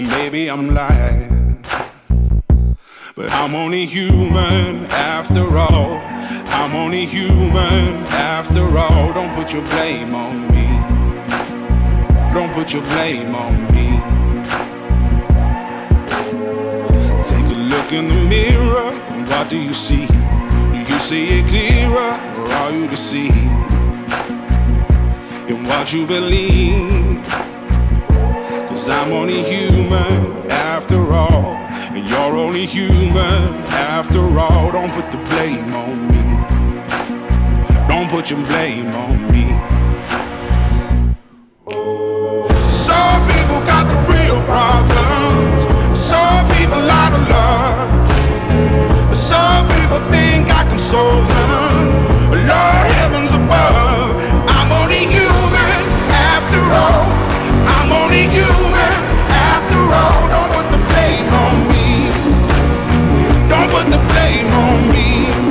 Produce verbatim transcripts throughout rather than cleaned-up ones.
Maybe I'm lying, but I'm only human after all. I'm only human after all. Don't put your blame on me. Don't put your blame on me. Take a look in the mirror. What do you see? Do you see it clearer, or are you deceived in what you believe? 'Cause I'm only human after all, and you're only human after all. Don't put the blame on me. Don't put your blame on me. Some people got the real problems. Some people out of love. Some people think I can solve them. Lord heavens above, I'm only human after all. I'm only human after all. Don't put the blame on me. Don't put the blame on me.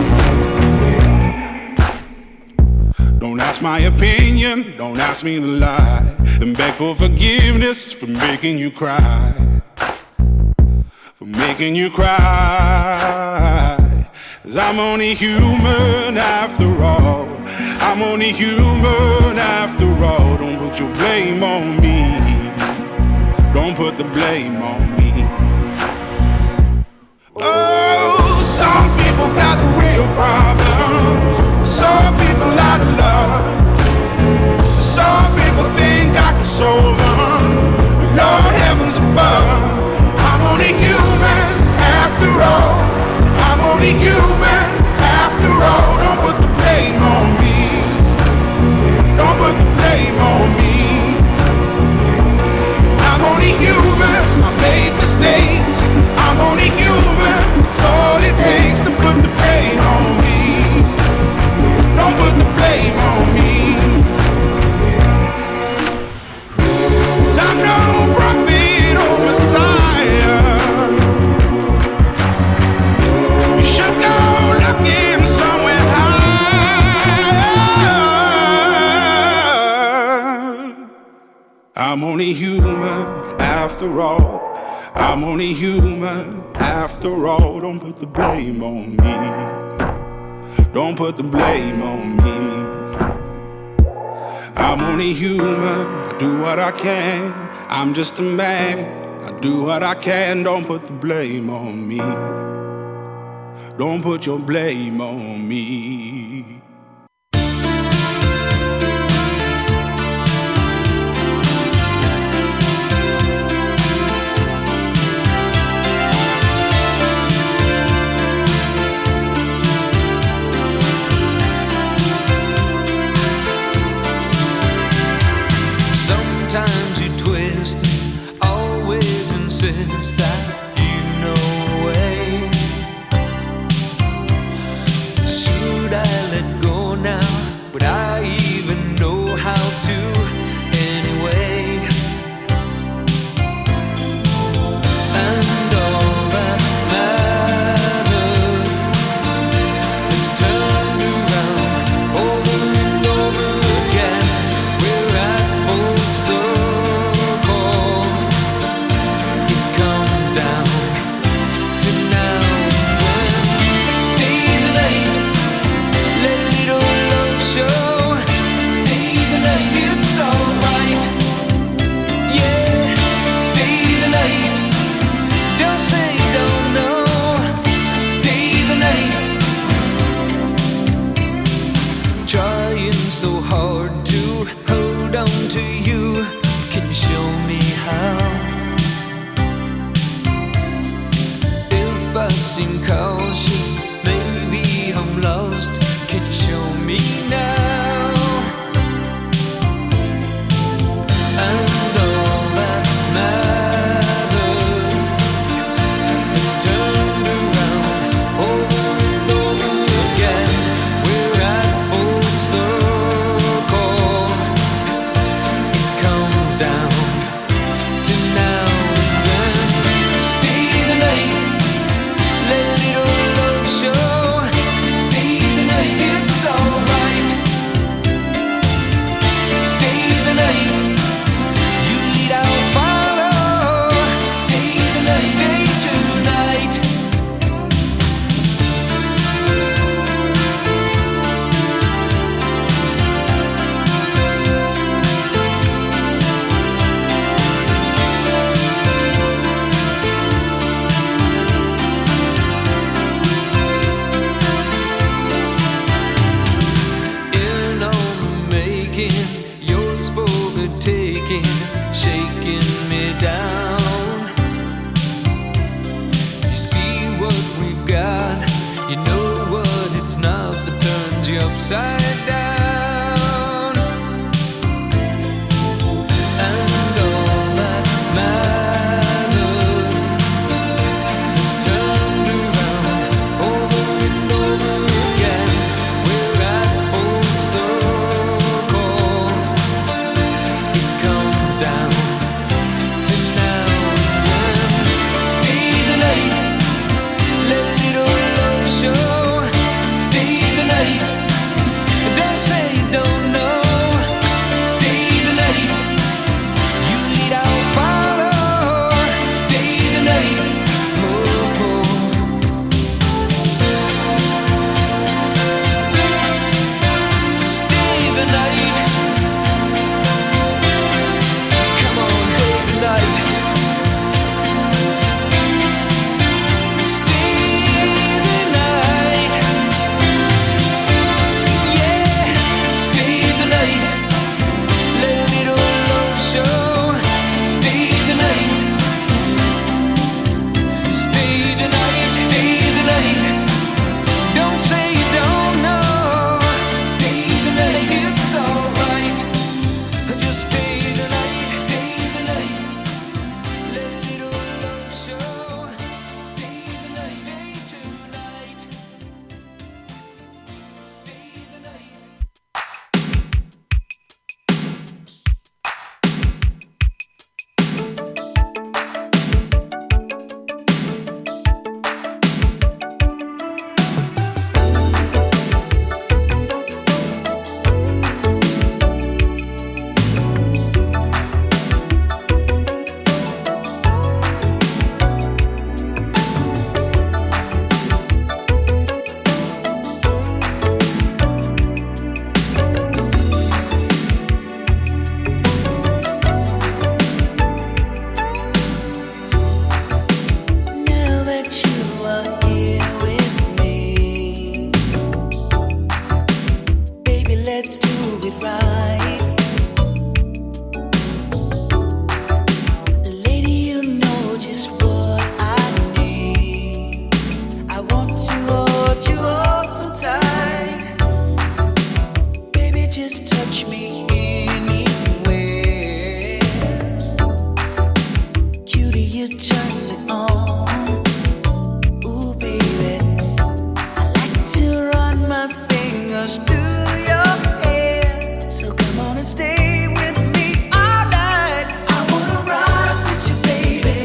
Don't ask my opinion, don't ask me to lie, and beg for forgiveness for making you cry. For making you cry. 'Cause I'm only human after all. I'm only human after all. Don't put your blame on me. Don't put the blame on me. Oh, some people got the real problems. Some people out of love. Some people think I can solve them. Lord heavens above, I'm only human after all. I'm only human after all. Don't put the blame on me. Don't put the blame on me. I'm only human, I made mistakes. I'm only human, it's all it takes to put the blame on me. Don't put the blame on me. 'Cause I'm no prophet or Messiah. You should go looking somewhere higher. I'm only human after all. I'm only human after all. Don't put the blame on me. Don't put the blame on me. I'm only human, I do what I can. I'm just a man, I do what I can. Don't put the blame on me. Don't put your blame on me. Sometimes you twist, always insist that you know a way. Should I let go now? Would I even know how to anyway? And all that matters is turned around over and over again. We're at full circle. It comes down you turn me on. Ooh, baby, I like to run my fingers through your hair. So come on and stay with me all night. I wanna rock with you, baby,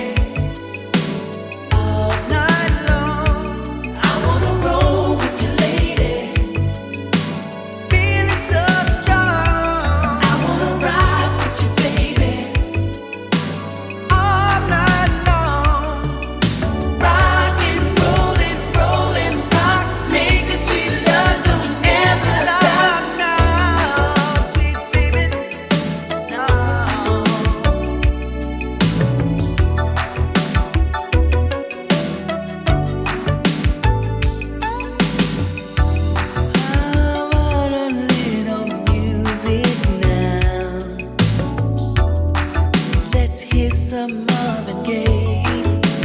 all night long. I wanna roll with you, lady, feeling so strong. I wanna rock with you, baby, all night long. Rockin', rollin', rollin', rock, make a sweet love, don't you ever stop now, sweet baby, no. I want a little music now. Let's hear some Marvin Gaye.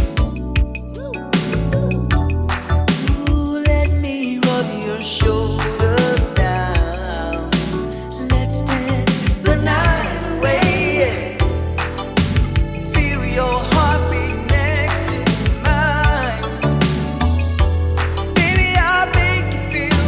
Ooh, let me rub your shoulders down. Let's dance the night away. Feel your heartbeat next to mine. Baby, I'll make you feel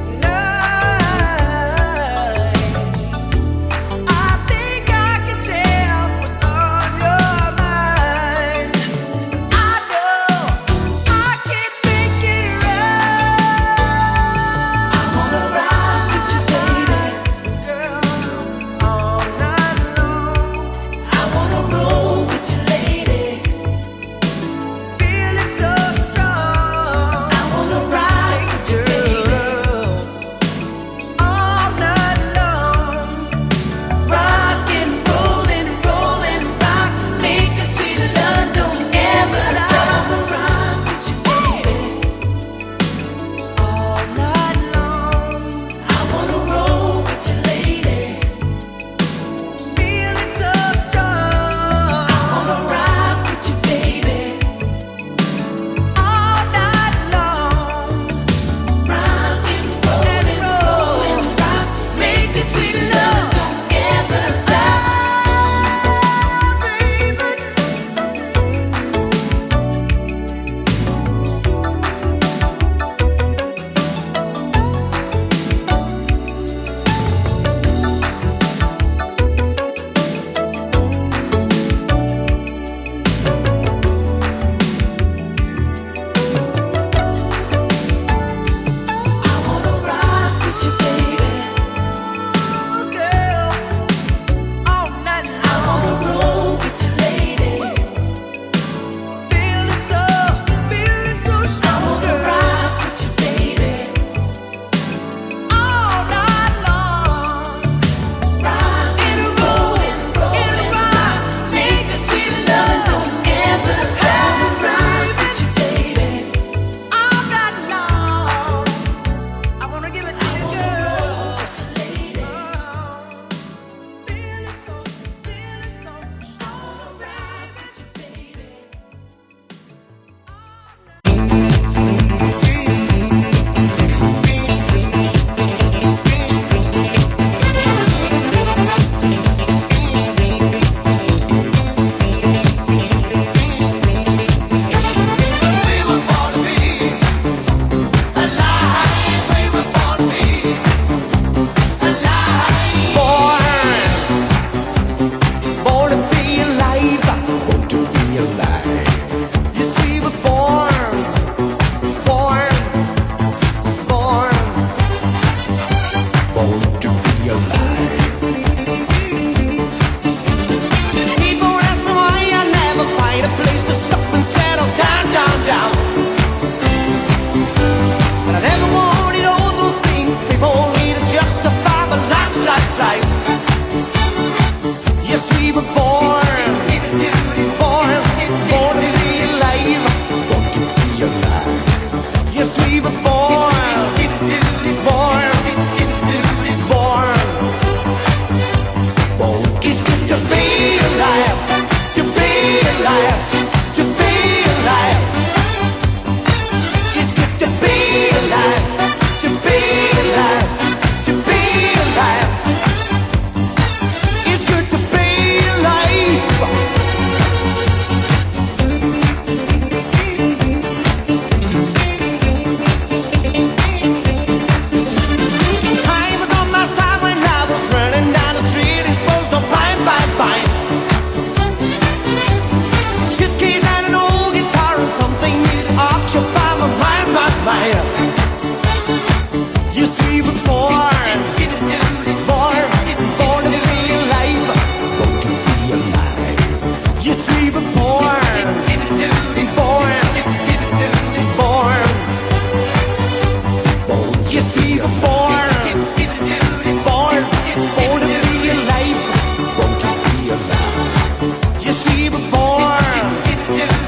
nice. I think I can tell what's on your mind. I know I can make it right. I wanna rock with you, baby, girl, all night long. I wanna roll with you, lady, feeling so strong. I wanna rock with you, baby, all night long. Rockin', rollin', rollin', rock, make a sweet love, don't you ever stop. I wanna rock with you, baby, all night long. I wanna roll with you, lady, feeling so strong. I wanna rock with you, baby, all night long. Rockin', rollin', rollin', rock, make a sweet love, don't ever stop, baby. I wanna rock with you, baby, girl, all night long. I wanna roll with you, lady, feeling so, feeling so strong. I wanna rock with you, baby, all night long. Rockin', rollin', rollin', rock, make a sweet love, don't ever stop. I wanna rock with you, baby, all night long. I wanna give it to you, girl. Feeling so, feeling so strong. Ride with you, baby. Born to be alive, born to be alive. You see, we're born, born, born, born to be alive. People ask me why I never find a place to stop and settle down, down, down. But I never wanted all those things people need to justify my life, life, life. Yes, we were born, born, born to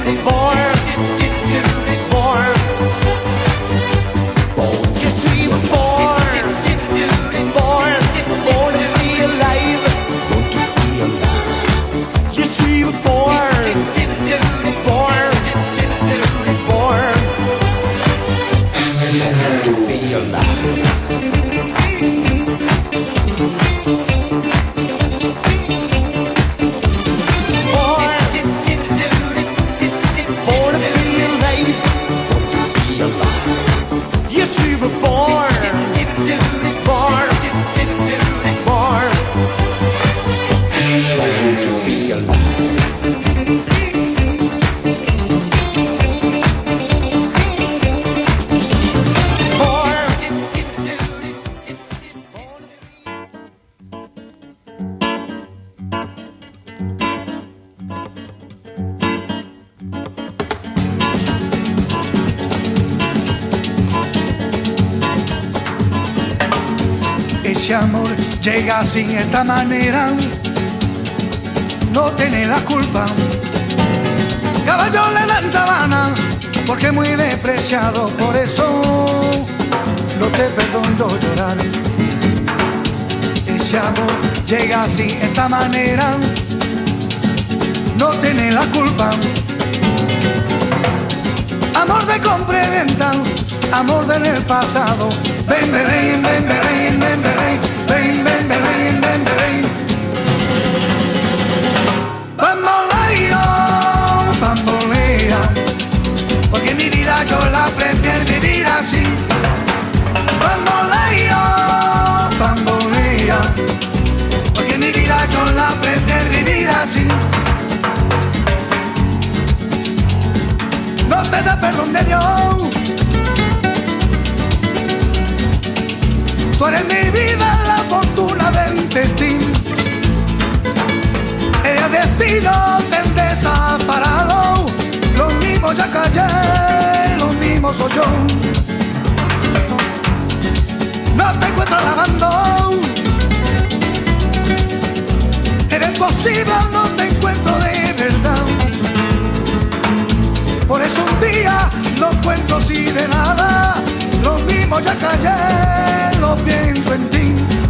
Ese amor llega sin esta manera, no tiene la culpa. Caballo le dan sabana, porque es muy despreciado, por eso no te perdono llorar. Ese amor llega sin esta manera, no tiene la culpa. Amor de compra y venta, amor del pasado. Ven, ven, ven, ven, ven, ven, ven, ven, ven, ven, ven, ven. Bamboleo, bambolea, porque mi vida yo la prefiero vivir así. Bamboleo, bambolea, porque mi vida yo la prefiero vivir así. No te da perdón de Dios. Tú eres mi vida, la fortuna del destino. El destino te desaparado. Los mismos ya callé, los mismos soy yo. No te encuentro lavando. Eres posible, no te encuentro de verdad. Por eso un día no cuento así de nada. Lo mismo ya callé, lo pienso en ti.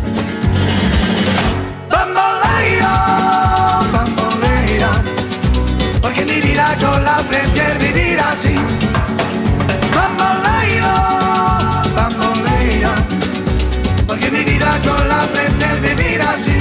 Bamboleo, bambolea, porque mi vida yo la prefiero vivir así. Bamboleo, bambolea, porque mi vida yo la prefiero vivir así.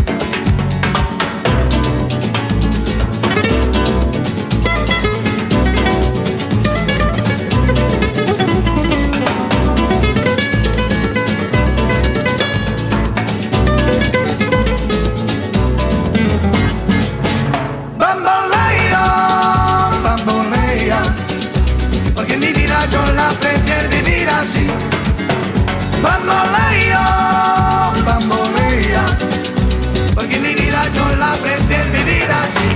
Yo la prefiero vivir así. Bamboleo, bambolea, porque mi vida yo la prefiero vivir así.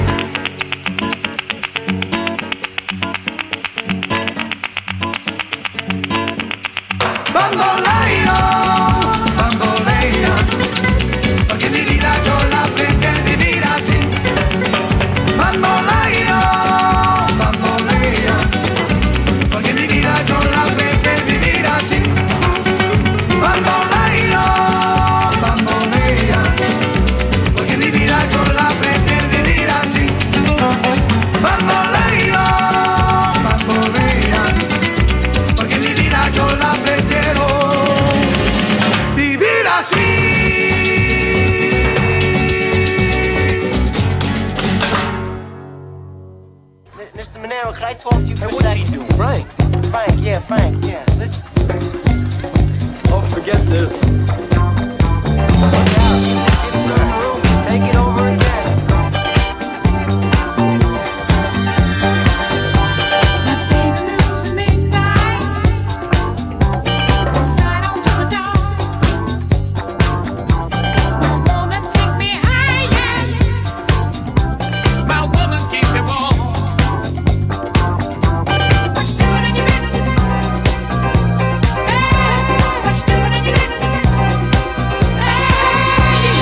Bamboleo, bambolea, porque mi vida yo la prefiero vivir así. Bamboleo, bambolea, porque mi vida yo la prefiero vivir así. Bamboleo, bambolea, porque mi vida yo la prefiero vivir así. Bamboleo, bambolea, porque mi vida yo la prefiero vivir así. Mister Monero, can I talk to you for Hey, a what's second? he doing? Frank? Frank, yeah, Frank, yeah. Listen. Oh, forget this. Take it over again. Hey!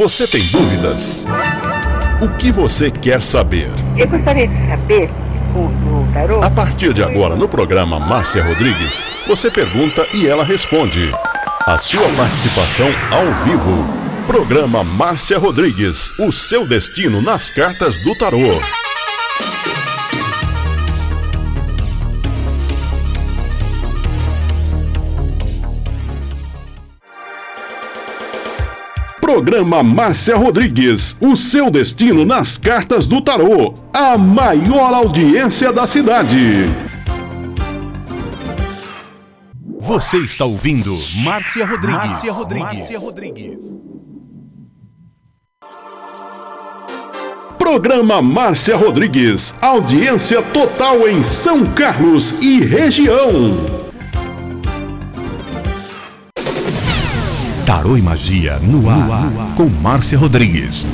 Você tem dúvidas? O que você quer saber? Eu gostaria de saber, segundo o tarô... A partir de agora, no programa Márcia Rodrigues, você pergunta e ela responde. A sua participação ao vivo. Programa Márcia Rodrigues, o seu destino nas cartas do tarô. Programa Márcia Rodrigues, o seu destino nas cartas do tarô. A maior audiência da cidade. Você está ouvindo Márcia Rodrigues. Márcia Rodrigues. Márcia Rodrigues. Programa Márcia Rodrigues, audiência total em São Carlos e região. Tarô e Magia no ar, no ar. Com Márcia Rodrigues.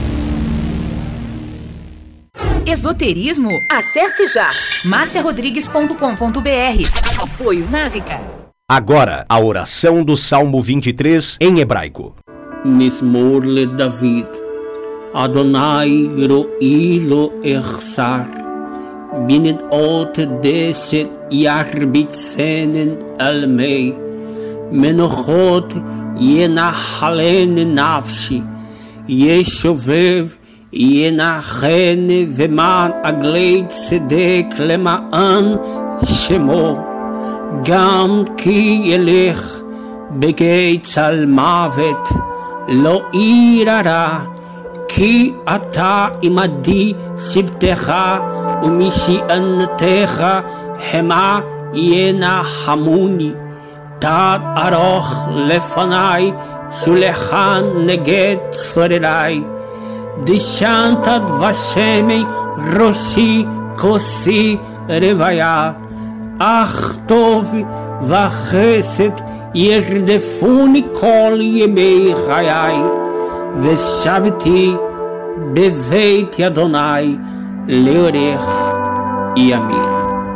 Esoterismo? Acesse já marcia rodrigues ponto com ponto b r. Apoio Návica. Agora, a oração do Salmo vinte e três em hebraico. Mismor le David, Adonai ro'i lo echsar, binnen ot deset yarbitzenen almei, menochot ינחלני נפשי, ישובב ינחני ומען עגלי צדק למען שמו, גם כי ילך בגיא צל מוות לא ירא, כי אתה עמדי שבטך ומשענתך המה ינחמוני. תד ארוך לפניי, שולחן נגד צורריי. דשנת דבשמי ראשי כוסי רוויה. אך טוב וחסד ירדפוני כל ימי חיי. ושבתי בבית אדוני לאורך ימים.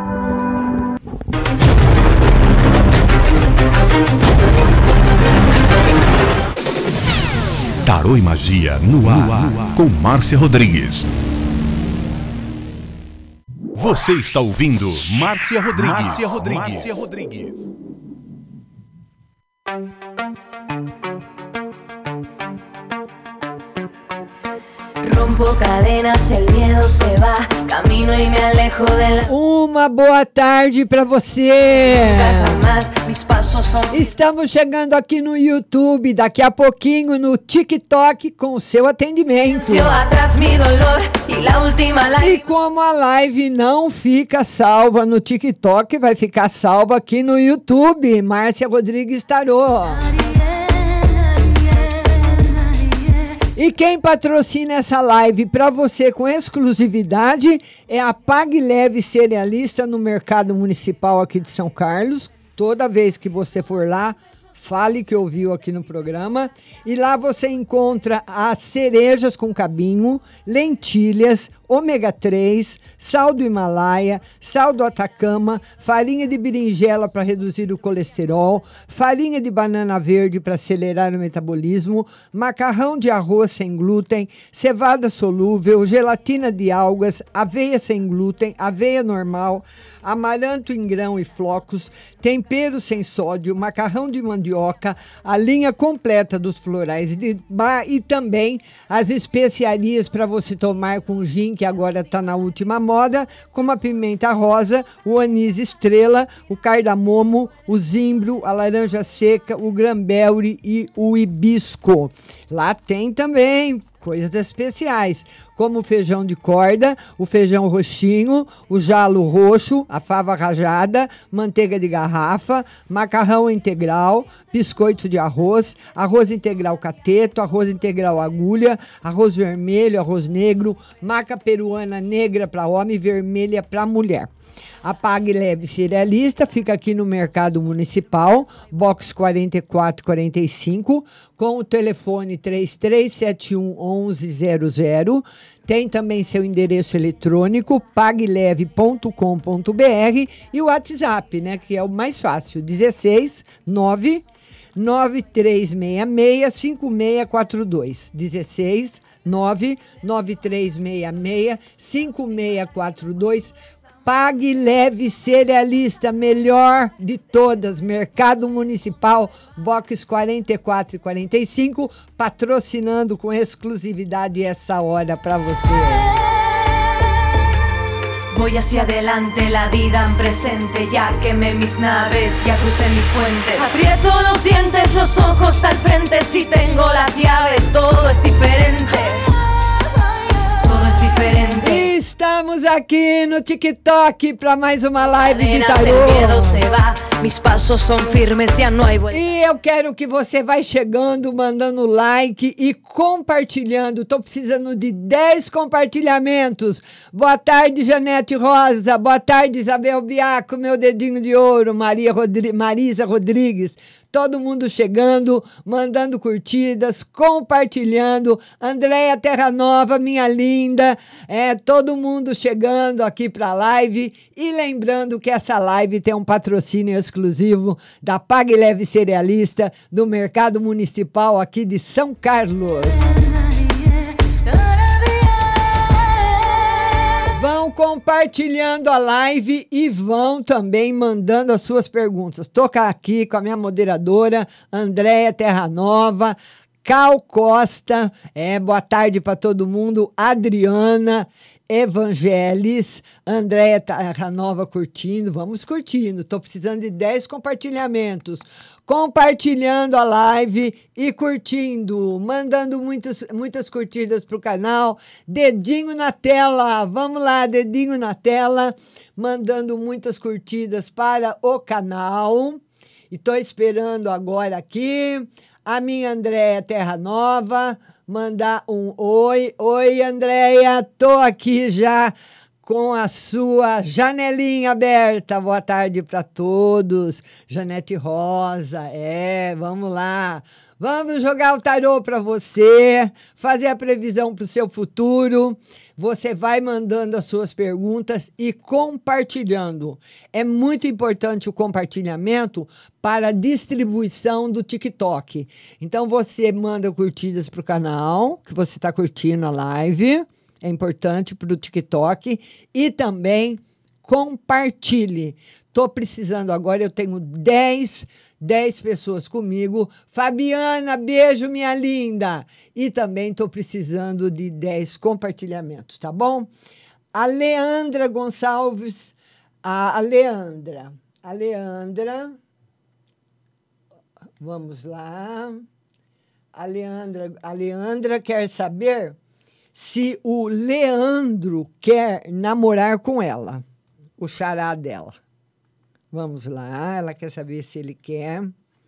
Tarô e Magia no ar, no ar, com Márcia Rodrigues. Você está ouvindo Márcia Rodrigues. Márcia Rodrigues. Márcia Rodrigues. Rompo cadenas, el miedo se va, camino y me alejo de la... Uma boa tarde para você. Estamos chegando aqui no YouTube, daqui a pouquinho no TikTok com o seu atendimento. E como a live não fica salva no TikTok, vai ficar salva aqui no YouTube, Márcia Rodrigues Tarô. E quem patrocina essa live para você com exclusividade é a Pague Leve Cerealista no Mercado Municipal aqui de São Carlos. Toda vez que você for lá, fale que ouviu aqui no programa. E lá você encontra as cerejas com cabinho, lentilhas, ômega três, sal do Himalaia, sal do Atacama, farinha de berinjela para reduzir o colesterol, farinha de banana verde para acelerar o metabolismo, macarrão de arroz sem glúten, cevada solúvel, gelatina de algas, aveia sem glúten, aveia normal, amaranto em grão e flocos, tempero sem sódio, macarrão de mandioca, a linha completa dos florais de bar e também as especiarias para você tomar com gin, que agora está na última moda, como a pimenta rosa, o anis estrela, o cardamomo, o zimbro, a laranja seca, o granberry e o hibisco. Lá tem também coisas especiais, como o feijão de corda, o feijão roxinho, o jalo roxo, a fava rajada, manteiga de garrafa, macarrão integral, biscoito de arroz, arroz integral cateto, arroz integral agulha, arroz vermelho, arroz negro, maca peruana negra para homem e vermelha para mulher. A Pague Leve Cerealista fica aqui no Mercado Municipal, box quatro quatro quatro cinco, com o telefone três três sete um, onze zero zero. Tem também seu endereço eletrônico, pagleve ponto com ponto b r, e o WhatsApp, né, que é o mais fácil, dezesseis nove nove três seis seis, cinco seis quatro dois. dezesseis nove nove três seis seis, cinco seis quatro dois. Pague Leve Cerealista, melhor de todas, Mercado Municipal, box quarenta e quatro e quarenta e cinco, patrocinando com exclusividade essa hora para você. Voy hacia adelante, la vida en presente. Ya quemé mis naves, ya crucé mis puentes. Aprieto los dientes, los ojos al frente. Si tengo las llaves, todo es diferente. Todo es diferente. Estamos aqui no TikTok para mais uma live de Cadenas, tarô. el miedo se va, mis pasos son firmes, ya no hay vuelta. E eu quero que você vai chegando, mandando like e compartilhando. Tô precisando de dez compartilhamentos. Boa tarde, Janete Rosa. Boa tarde, Isabel Biaco, meu dedinho de ouro. Maria Rodri- Marisa Rodrigues. Todo mundo chegando, mandando curtidas, compartilhando. Andréia Terra Nova, minha linda. É, todo mundo chegando aqui para a live. E lembrando que essa live tem um patrocínio exclusivo da Pague Leve Cerealista, do Mercado Municipal aqui de São Carlos. Vão compartilhando a live e vão também mandando as suas perguntas. Estou aqui com a minha moderadora, Andréia Terra Nova, Cal Costa, é, boa tarde para todo mundo, Adriana, Evangelis, Andréia Terra Nova curtindo, vamos curtindo, estou precisando de dez compartilhamentos, compartilhando a live e curtindo, mandando muitas, muitas curtidas para o canal, dedinho na tela, vamos lá, dedinho na tela, mandando muitas curtidas para o canal, e estou esperando agora aqui a minha Andréia Terra Nova, mandar um oi. Oi, Andréia, tô aqui já com a sua janelinha aberta. Boa tarde para todos. Janete Rosa, é, vamos lá. Vamos jogar o tarô para você, fazer a previsão para o seu futuro. Você vai mandando as suas perguntas e compartilhando. É muito importante o compartilhamento para a distribuição do TikTok. Então, você manda curtidas para o canal, que você está curtindo a live. É importante para o TikTok. E também compartilhe. Estou precisando agora, eu tenho dez, dez pessoas comigo. Fabiana, beijo, minha linda. E também estou precisando de dez compartilhamentos, tá bom? A Leandra Gonçalves, a, a Leandra, a Leandra, vamos lá. A Leandra, a Leandra quer saber se o Leandro quer namorar com ela, o xará dela. Vamos lá, ela quer saber se ele quer.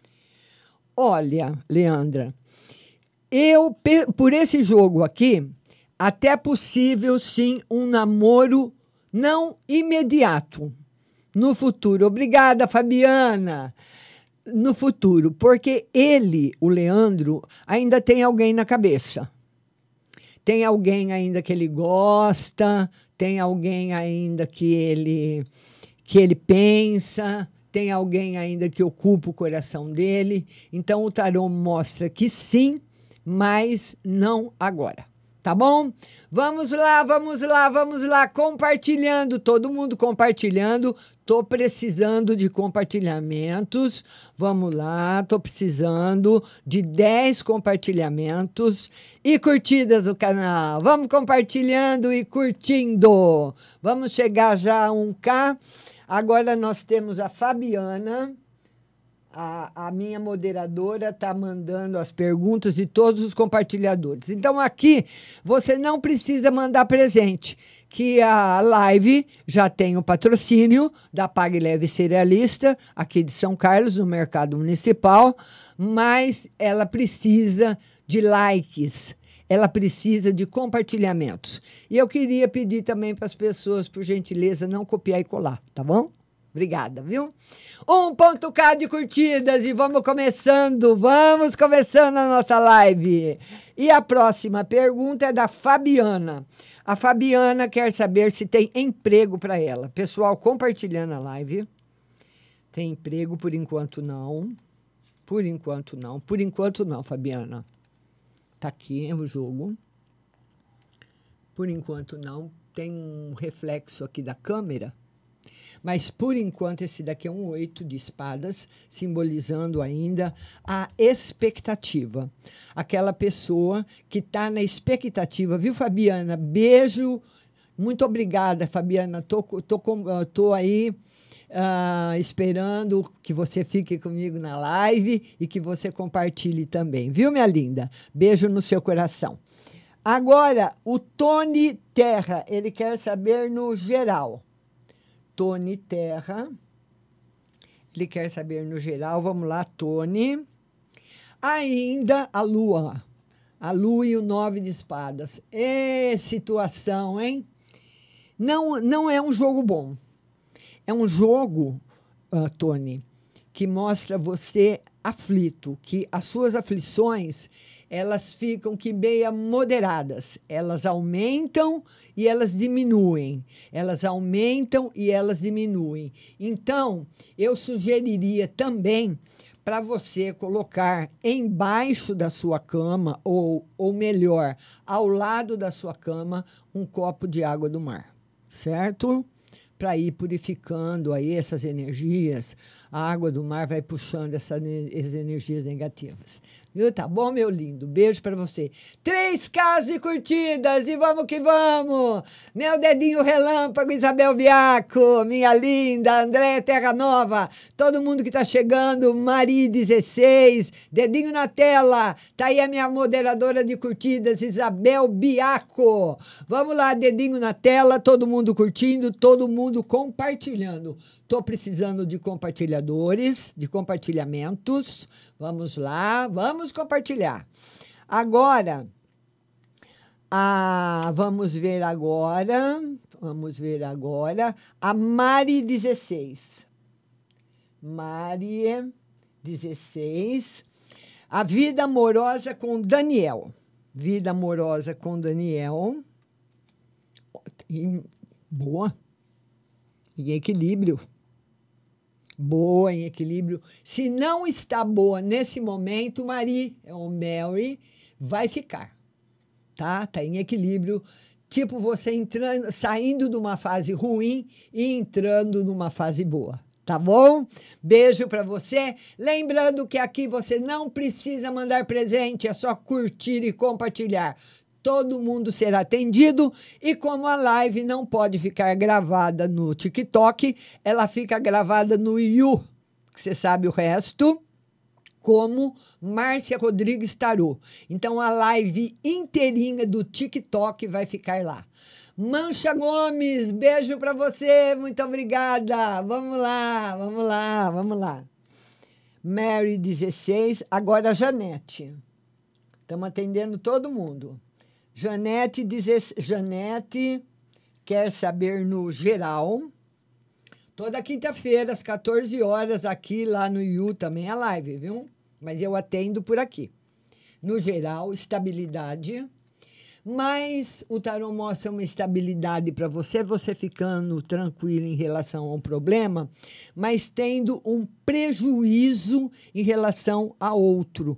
Olha, Leandra, eu, por esse jogo aqui, até possível, sim, um namoro não imediato, no futuro. Obrigada, Fabiana. No futuro, porque ele, o Leandro, ainda tem alguém na cabeça. Tem alguém ainda que ele gosta, tem alguém ainda que ele... que ele pensa, tem alguém ainda que ocupa o coração dele. Então, o tarô mostra que sim, mas não agora. Tá bom? Vamos lá, vamos lá, vamos lá, compartilhando, todo mundo compartilhando. Tô precisando de compartilhamentos. Vamos lá, tô precisando de dez compartilhamentos e curtidas no canal. Vamos compartilhando e curtindo. Vamos chegar já a um K. Agora nós temos a Fabiana, a, a minha moderadora está mandando as perguntas de todos os compartilhadores. Então aqui você não precisa mandar presente, que a live já tem o patrocínio da Pague Leve Cerealista, aqui de São Carlos, no Mercado Municipal, mas ela precisa de likes. Ela precisa de compartilhamentos. E eu queria pedir também para as pessoas, por gentileza, não copiar e colar, tá bom? Obrigada, viu? Um ponto K de curtidas e vamos começando, vamos começando a nossa live. E a próxima pergunta é da Fabiana. A Fabiana quer saber se tem emprego para ela. Pessoal, compartilhando a live. Tem emprego, por enquanto não. Por enquanto não. Por enquanto não, Fabiana. Tá aqui o jogo. Por enquanto não. Tem um reflexo aqui da câmera. Mas, por enquanto, esse daqui é um oito de espadas, simbolizando ainda a expectativa. Aquela pessoa que está na expectativa. Viu, Fabiana? Beijo. Muito obrigada, Fabiana. Tô, tô, tô aí uh, esperando que você fique comigo na live e que você compartilhe também. Viu, minha linda? Beijo no seu coração. Agora, o Tony Terra, ele quer saber no geral. Tony Terra, ele quer saber no geral. Vamos lá, Tony. Ainda a Lua. A Lua e o nove de espadas. É situação, hein? Não, não é um jogo bom. É um jogo, uh, Tony, que mostra você aflito, que as suas aflições, elas ficam que meia moderadas. Elas aumentam e elas diminuem. Elas aumentam e elas diminuem. Então, eu sugeriria também para você colocar embaixo da sua cama, ou, ou melhor, ao lado da sua cama, um copo de água do mar, certo? Para ir purificando aí essas energias. A água do mar vai puxando essas energias negativas. Viu? Tá bom, meu lindo? Beijo para você. Três casas e curtidas e vamos que vamos! Meu dedinho relâmpago, Isabel Biaco, minha linda, Andréia Terra Nova, todo mundo que tá chegando, Mari dezesseis, dedinho na tela, tá aí a minha moderadora de curtidas, Isabel Biaco. Vamos lá, dedinho na tela, todo mundo curtindo, todo mundo compartilhando. Tô precisando de compartilhadores, de compartilhamentos. Vamos lá, vamos compartilhar. Agora, a, vamos ver agora, vamos ver agora, a Mari dezesseis. Mari dezesseis. A vida amorosa com Daniel. Vida amorosa com Daniel. E, boa. Em equilíbrio. Boa, em equilíbrio. Se não está boa nesse momento, Mari ou Mary vai ficar, tá? Tá em equilíbrio, tipo você entrando, saindo de uma fase ruim e entrando numa fase boa, tá bom? Beijo para você. Lembrando que aqui você não precisa mandar presente, é só curtir e compartilhar. Todo mundo será atendido e como a live não pode ficar gravada no TikTok, ela fica gravada no You, que você sabe o resto, como Márcia Rodrigues Tarô. Então a live inteirinha do TikTok vai ficar lá. Mancha Gomes, beijo para você, muito obrigada. Vamos lá, vamos lá, vamos lá. Mary dezesseis, agora a Janete. Estamos atendendo todo mundo. Janete, diz, Janete quer saber no geral. Toda quinta-feira, às quatorze horas, aqui lá no You também é live, viu? Mas eu atendo por aqui. No geral, estabilidade. Mas o tarô mostra uma estabilidade para você, você ficando tranquilo em relação ao problema, mas tendo um prejuízo em relação a outro.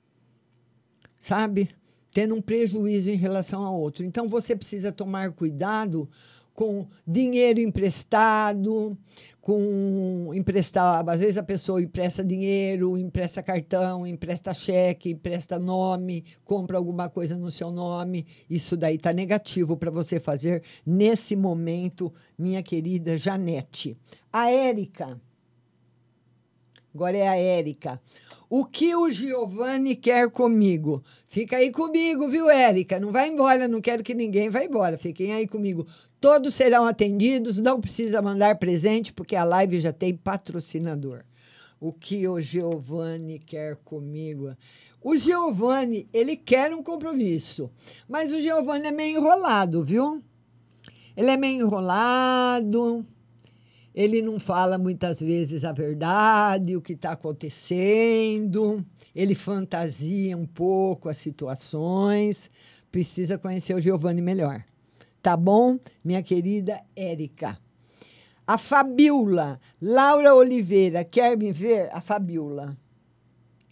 Sabe? Tendo um prejuízo em relação a outro. Então, você precisa tomar cuidado com dinheiro emprestado, com emprestar... Às vezes, a pessoa empresta dinheiro, empresta cartão, empresta cheque, empresta nome, compra alguma coisa no seu nome. Isso daí está negativo para você fazer nesse momento, minha querida Janete. A Érica. Agora é a Érica. O que o Giovanni quer comigo? Fica aí comigo, viu, Érica? Não vai embora, não quero que ninguém vá embora. Fiquem aí comigo. Todos serão atendidos, não precisa mandar presente, porque a live já tem patrocinador. O que o Giovanni quer comigo? O Giovanni, ele quer um compromisso, mas o Giovanni é meio enrolado, viu? Ele é meio enrolado... Ele não fala muitas vezes a verdade, o que está acontecendo. Ele fantasia um pouco as situações. Precisa conhecer o Giovanni melhor. Tá bom, minha querida Érica? A Fabiola, Laura Oliveira, quer me ver? A Fabiola.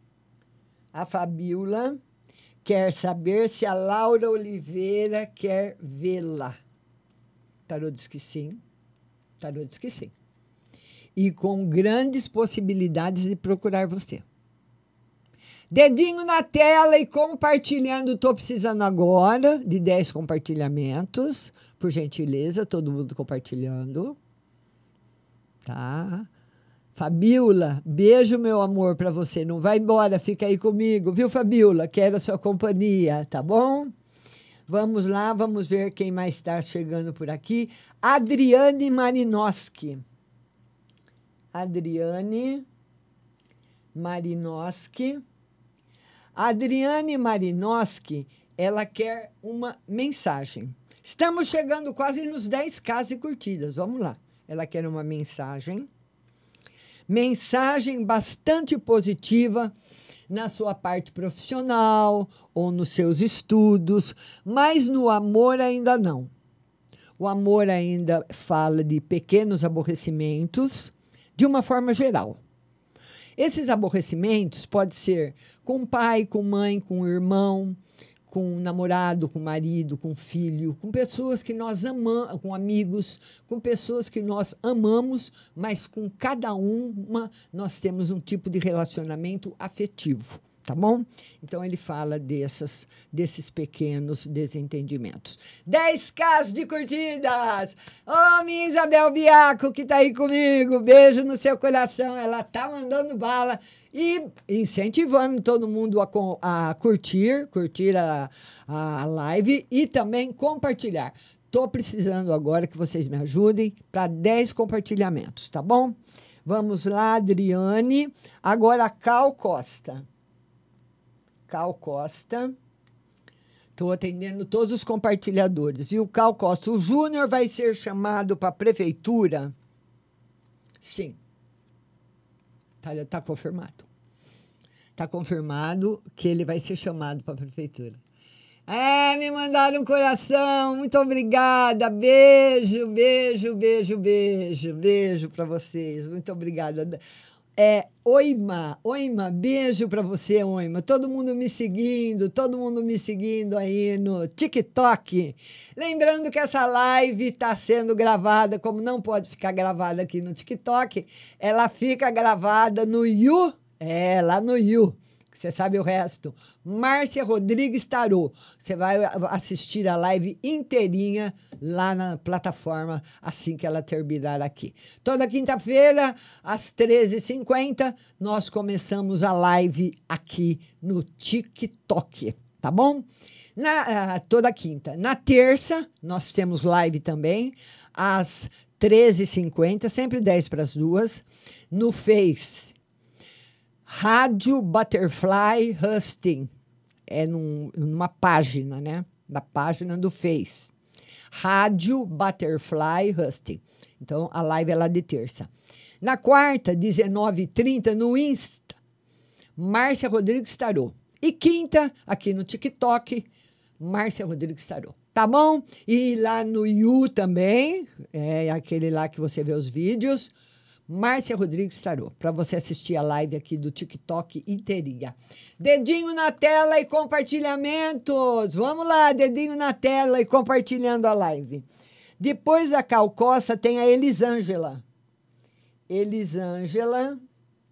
A Fabiola quer saber se a Laura Oliveira quer vê-la. Tarô diz que sim. Tarô diz que sim. E com grandes possibilidades de procurar você. Dedinho na tela e compartilhando. Estou precisando agora de dez compartilhamentos. Por gentileza, todo mundo compartilhando. Tá? Fabiola, beijo, meu amor, para você. Não vai embora, fica aí comigo, viu, Fabiola? Quero a sua companhia, tá bom? Vamos lá, vamos ver quem mais está chegando por aqui. Adriane Marinoski. Adriane Marinoski. Adriane Marinoski, ela quer uma mensagem. Estamos chegando quase nos dez K de curtidas. Vamos lá. Ela quer uma mensagem. Mensagem bastante positiva na sua parte profissional ou nos seus estudos, mas no amor ainda não. O amor ainda fala de pequenos aborrecimentos, de uma forma geral. Esses aborrecimentos podem ser com pai, com mãe, com irmão, com namorado, com marido, com filho, com pessoas que nós amamos, com amigos, com pessoas que nós amamos, mas com cada uma nós temos um tipo de relacionamento afetivo, tá bom? Então ele fala dessas, desses pequenos desentendimentos. dez K de curtidas! Ô, oh, minha Isabel Biaco, que tá aí comigo, beijo no seu coração, ela tá mandando bala e incentivando todo mundo a, a curtir, curtir a, a live e também compartilhar. Tô precisando agora que vocês me ajudem para dez compartilhamentos, tá bom? Vamos lá, Adriane. Agora a Cal Costa. Cal Costa. Estou atendendo todos os compartilhadores. E o Cal Costa, o Júnior vai ser chamado para a prefeitura? Sim. Está tá confirmado. Está confirmado que ele vai ser chamado para a prefeitura. É, me mandaram um coração. Muito obrigada. Beijo, beijo, beijo, beijo. Beijo para vocês. Muito obrigada. É, Oima, Oima, beijo para você, Oima. Todo mundo me seguindo, todo mundo me seguindo aí no TikTok. Lembrando que essa live está sendo gravada, como não pode ficar gravada aqui no TikTok, ela fica gravada no You, é, lá no You. Você sabe o resto. Márcia Rodrigues Tarô. Você vai assistir a live inteirinha lá na plataforma assim que ela terminar aqui. Toda quinta-feira, às treze e cinquenta, nós começamos a live aqui no TikTok. Tá bom? Na, uh, toda quinta. Na terça, nós temos live também, às treze e cinquenta, sempre dez para as duas, no Face. Rádio Butterfly Husting. É num, numa página, né? Da página do Face. Rádio Butterfly Husting. Então, a live é lá de terça. Na quarta, dezenove e trinta, no Insta, Márcia Rodrigues Tarô. E quinta, aqui no TikTok, Márcia Rodrigues Tarô. Tá bom? E lá no You também, é aquele lá que você vê os vídeos, Márcia Rodrigues Tarô, para você assistir a live aqui do TikTok inteirinha. Dedinho na tela e compartilhamentos. Vamos lá, dedinho na tela e compartilhando a live. Depois da Cal Costa tem a Elisângela. Elisângela.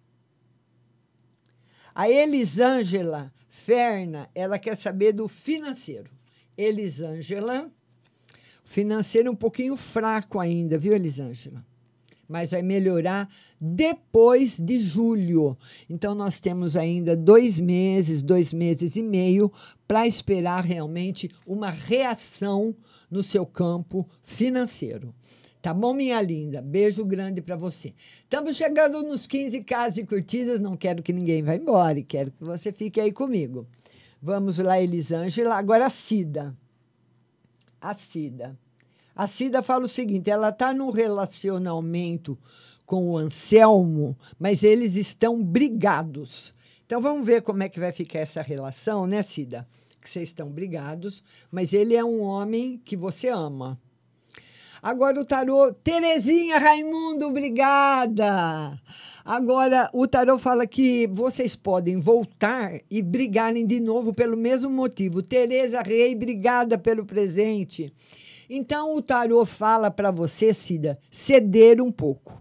A Elisângela Ferna, ela quer saber do financeiro. Elisângela, financeiro um pouquinho fraco ainda, viu, Elisângela? Mas vai melhorar depois de julho. Então, nós temos ainda dois meses, dois meses e meio para esperar realmente uma reação no seu campo financeiro. Tá bom, minha linda? Beijo grande para você. Estamos chegando nos quinze K de curtidas. Não quero que ninguém vá embora e quero que você fique aí comigo. Vamos lá, Elisângela. Agora a Cida. A Cida. A Cida fala o seguinte, ela está num relacionamento com o Anselmo, mas eles estão brigados. Então, vamos ver como é que vai ficar essa relação, né, Cida? Que vocês estão brigados, mas ele é um homem que você ama. Agora o tarô, Terezinha Raimundo, obrigada. Agora o tarô fala que vocês podem voltar e brigarem de novo pelo mesmo motivo. Tereza Rei, obrigada pelo presente. Então o tarô fala para você, Cida, ceder um pouco.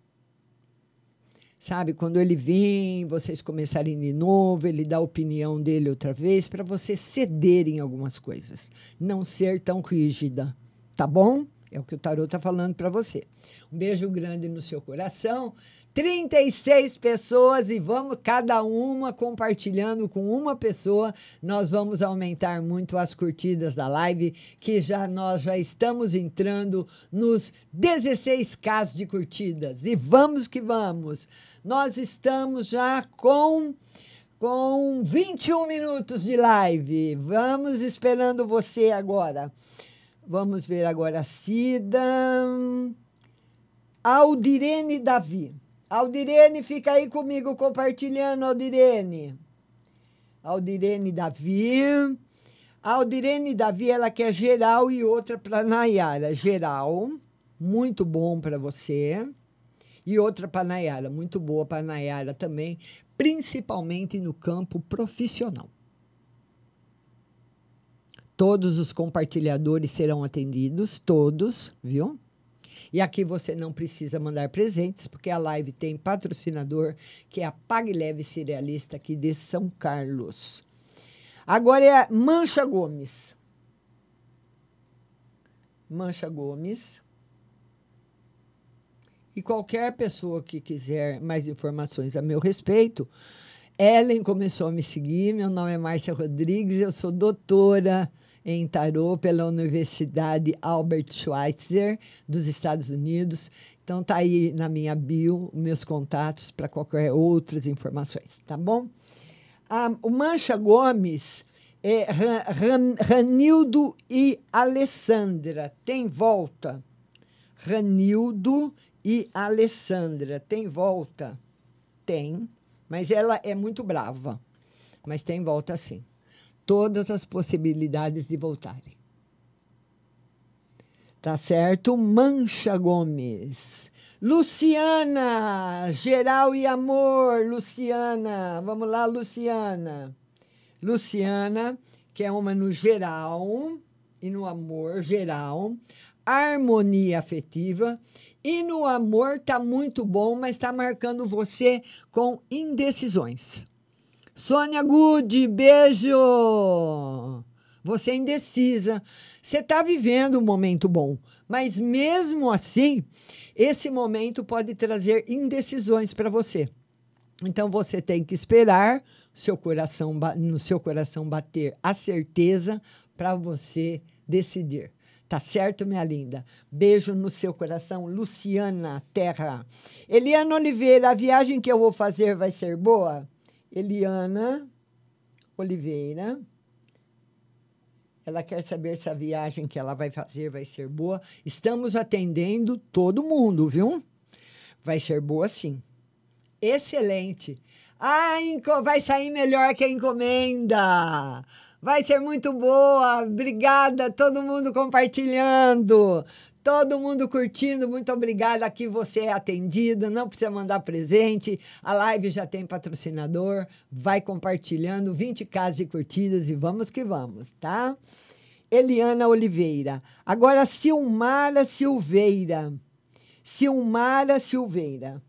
Sabe, quando ele vem, vocês começarem de novo, ele dá a opinião dele outra vez, para você ceder em algumas coisas. Não ser tão rígida, tá bom? É o que o tarô está falando para você. Um beijo grande no seu coração. trinta e seis pessoas e vamos cada uma compartilhando com uma pessoa. Nós vamos aumentar muito as curtidas da live, que já nós já estamos entrando nos dezesseis K de curtidas. E vamos que vamos. Nós estamos já com com vinte e um minutos de live. Vamos esperando você agora. Vamos ver agora a Cida. Aldirene Davi. Aldirene, fica aí comigo compartilhando, Aldirene. Aldirene Davi. Aldirene Davi, ela quer geral e outra para Nayara. Geral, muito bom para você. E outra para Nayara, muito boa para Nayara também, principalmente no campo profissional. Todos os compartilhadores serão atendidos, todos, viu? E aqui você não precisa mandar presentes, porque a live tem patrocinador, que é a Pague Leve Cerealista aqui de São Carlos. Agora é a Mancha Gomes. Mancha Gomes. E qualquer pessoa que quiser mais informações a meu respeito, Ellen começou a me seguir, meu nome é Márcia Rodrigues, eu sou doutora em tarô pela Universidade Albert Schweitzer, dos Estados Unidos. Então, tá aí na minha bio, meus contatos para qualquer outras informações, tá bom? Ah, o Mancha Gomes, é Ran, Ran, Ranildo e Alessandra, tem volta? Ranildo e Alessandra, tem volta? Tem, mas ela é muito brava, mas tem volta sim. Todas as possibilidades de voltarem. Tá certo? Mancha Gomes. Luciana, geral e amor, Luciana. Vamos lá, Luciana. Luciana, que é uma no geral e no amor geral. Harmonia afetiva. E no amor tá muito bom, mas está marcando você com indecisões. Sônia Good, beijo! Você é indecisa. Você está vivendo um momento bom, mas mesmo assim, esse momento pode trazer indecisões para você. Então, você tem que esperar seu coração, no seu coração bater a certeza para você decidir. Tá certo, minha linda? Beijo no seu coração, Luciana Terra. Eliana Oliveira, a viagem que eu vou fazer vai ser boa? Eliana Oliveira, ela quer saber se a viagem que ela vai fazer vai ser boa. Estamos atendendo todo mundo, viu? Vai ser boa, sim. Excelente. Ah, vai sair melhor que a encomenda. Vai ser muito boa. Obrigada, todo mundo compartilhando. Todo mundo curtindo, muito obrigada. Aqui você é atendido, não precisa mandar presente. A live já tem patrocinador. Vai compartilhando, vinte K de curtidas e vamos que vamos, tá? Eliana Oliveira. Agora, Silmara Silveira. Silmara Silveira.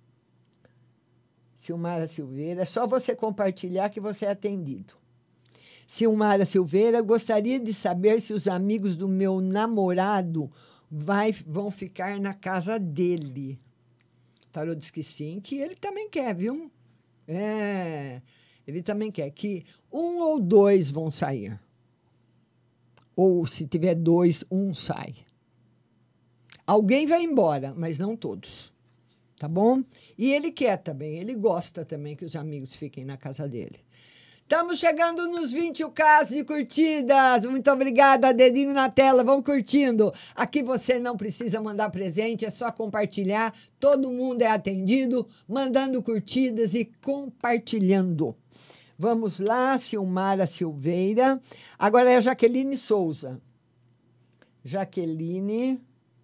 Silmara Silveira. É só você compartilhar que você é atendido. Silmara Silveira. Gostaria de saber se os amigos do meu namorado Vai, vão ficar na casa dele. O tarô diz que sim, que ele também quer, viu? É, ele também quer que um ou dois vão sair. Ou se tiver dois, um sai. Alguém vai embora, mas não todos. Tá bom? E ele quer também, ele gosta também que os amigos fiquem na casa dele. Estamos chegando nos vinte K de curtidas. Muito obrigada, dedinho na tela. Vamos curtindo. Aqui você não precisa mandar presente, é só compartilhar. Todo mundo é atendido, mandando curtidas e compartilhando. Vamos lá, Silmara Silveira. Agora é a Jaqueline Souza. Jaqueline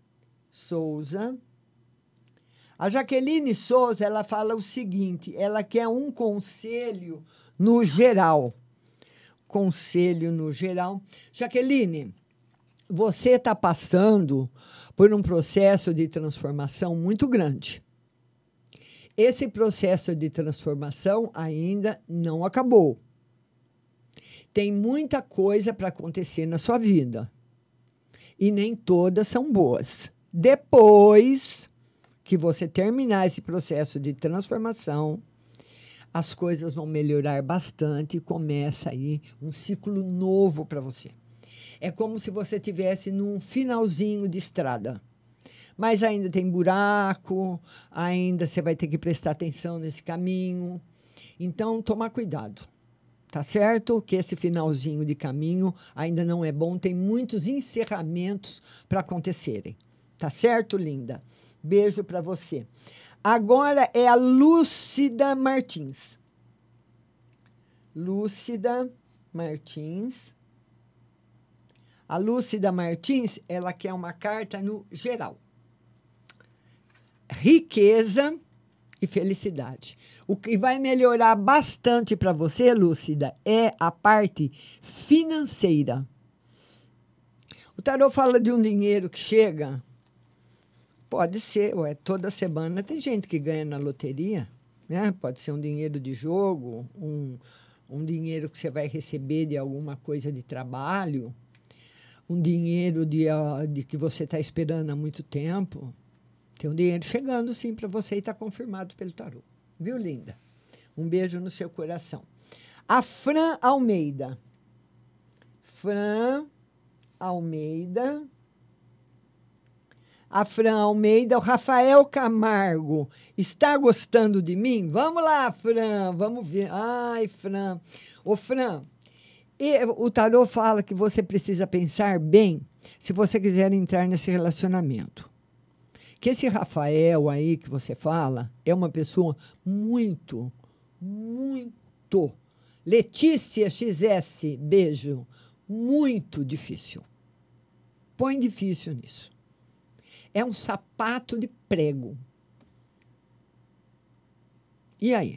Souza. A Jaqueline Souza, ela fala o seguinte, ela quer um conselho no geral. Conselho no geral. Jaqueline, você está passando por um processo de transformação muito grande. Esse processo de transformação ainda não acabou. Tem muita coisa para acontecer na sua vida. E nem todas são boas. Depois que você terminar esse processo de transformação, as coisas vão melhorar bastante e começa aí um ciclo novo para você. É como se você estivesse num finalzinho de estrada. Mas ainda tem buraco, ainda você vai ter que prestar atenção nesse caminho. Então, tomar cuidado. Tá certo? Que esse finalzinho de caminho ainda não é bom. Tem muitos encerramentos para acontecerem. Tá certo, linda? Beijo para você. Agora é a Lúcida Martins. Lúcida Martins. A Lúcida Martins, ela quer uma carta no geral. Riqueza e felicidade. O que vai melhorar bastante para você, Lúcida, é a parte financeira. O tarô fala de um dinheiro que chega. Pode ser, ué, toda semana tem gente que ganha na loteria, né? Pode ser um dinheiro de jogo, um, um dinheiro que você vai receber de alguma coisa de trabalho, um dinheiro de, uh, de que você está esperando há muito tempo. Tem um dinheiro chegando, sim, para você e está confirmado pelo tarô. Viu, linda? Um beijo no seu coração. A Fran Almeida. Fran Almeida. A Fran Almeida. O Rafael Camargo. Está gostando de mim? Vamos lá, Fran. Vamos ver. Ai, Fran. Ô, Fran, e o tarô fala que você precisa pensar bem se você quiser entrar nesse relacionamento. Que esse Rafael aí que você fala é uma pessoa muito, muito... Letícia X S, beijo. Muito difícil. Põe difícil nisso. É um sapato de prego. E aí?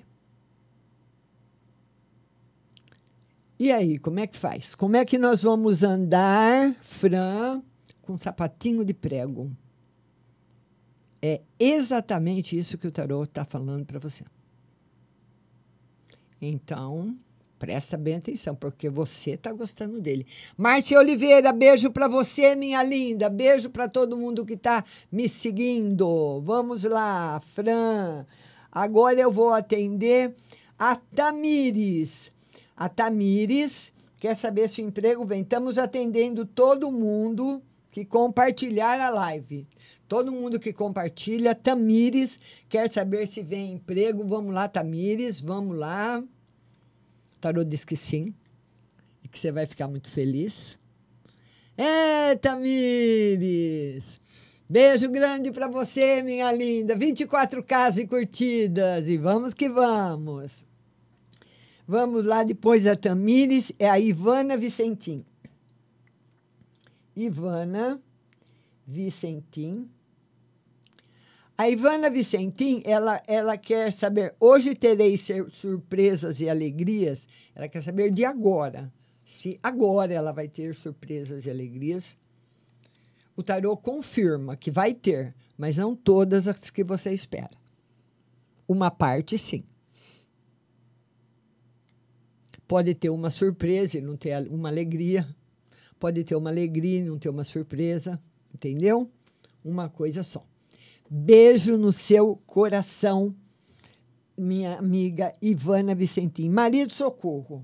E aí, como é que faz? Como é que nós vamos andar, Fran, com um sapatinho de prego? É exatamente isso que o tarô está falando para você. Então, presta bem atenção, porque você está gostando dele. Márcia Oliveira, beijo para você, minha linda. Beijo para todo mundo que está me seguindo. Vamos lá, Fran. Agora eu vou atender a Tamires. A Tamires quer saber se o emprego vem. Estamos atendendo todo mundo que compartilhar a live. Todo mundo que compartilha. Tamires quer saber se vem emprego. Vamos lá, Tamires, vamos lá. O tarô diz que sim. E que você vai ficar muito feliz. É, Tamires! Beijo grande para você, minha linda. vinte e quatro casas e curtidas. E vamos que vamos. Vamos lá, depois da Tamires, é a Ivana Vicentim. Ivana Vicentim. A Ivana Vicentim, ela, ela quer saber, hoje terei surpresas e alegrias, ela quer saber de agora. Se agora ela vai ter surpresas e alegrias, o tarô confirma que vai ter, mas não todas as que você espera. Uma parte, sim. Pode ter uma surpresa e não ter uma alegria. Pode ter uma alegria e não ter uma surpresa. Entendeu? Uma coisa só. Beijo no seu coração, minha amiga Ivana Vicentim. Maria do Socorro.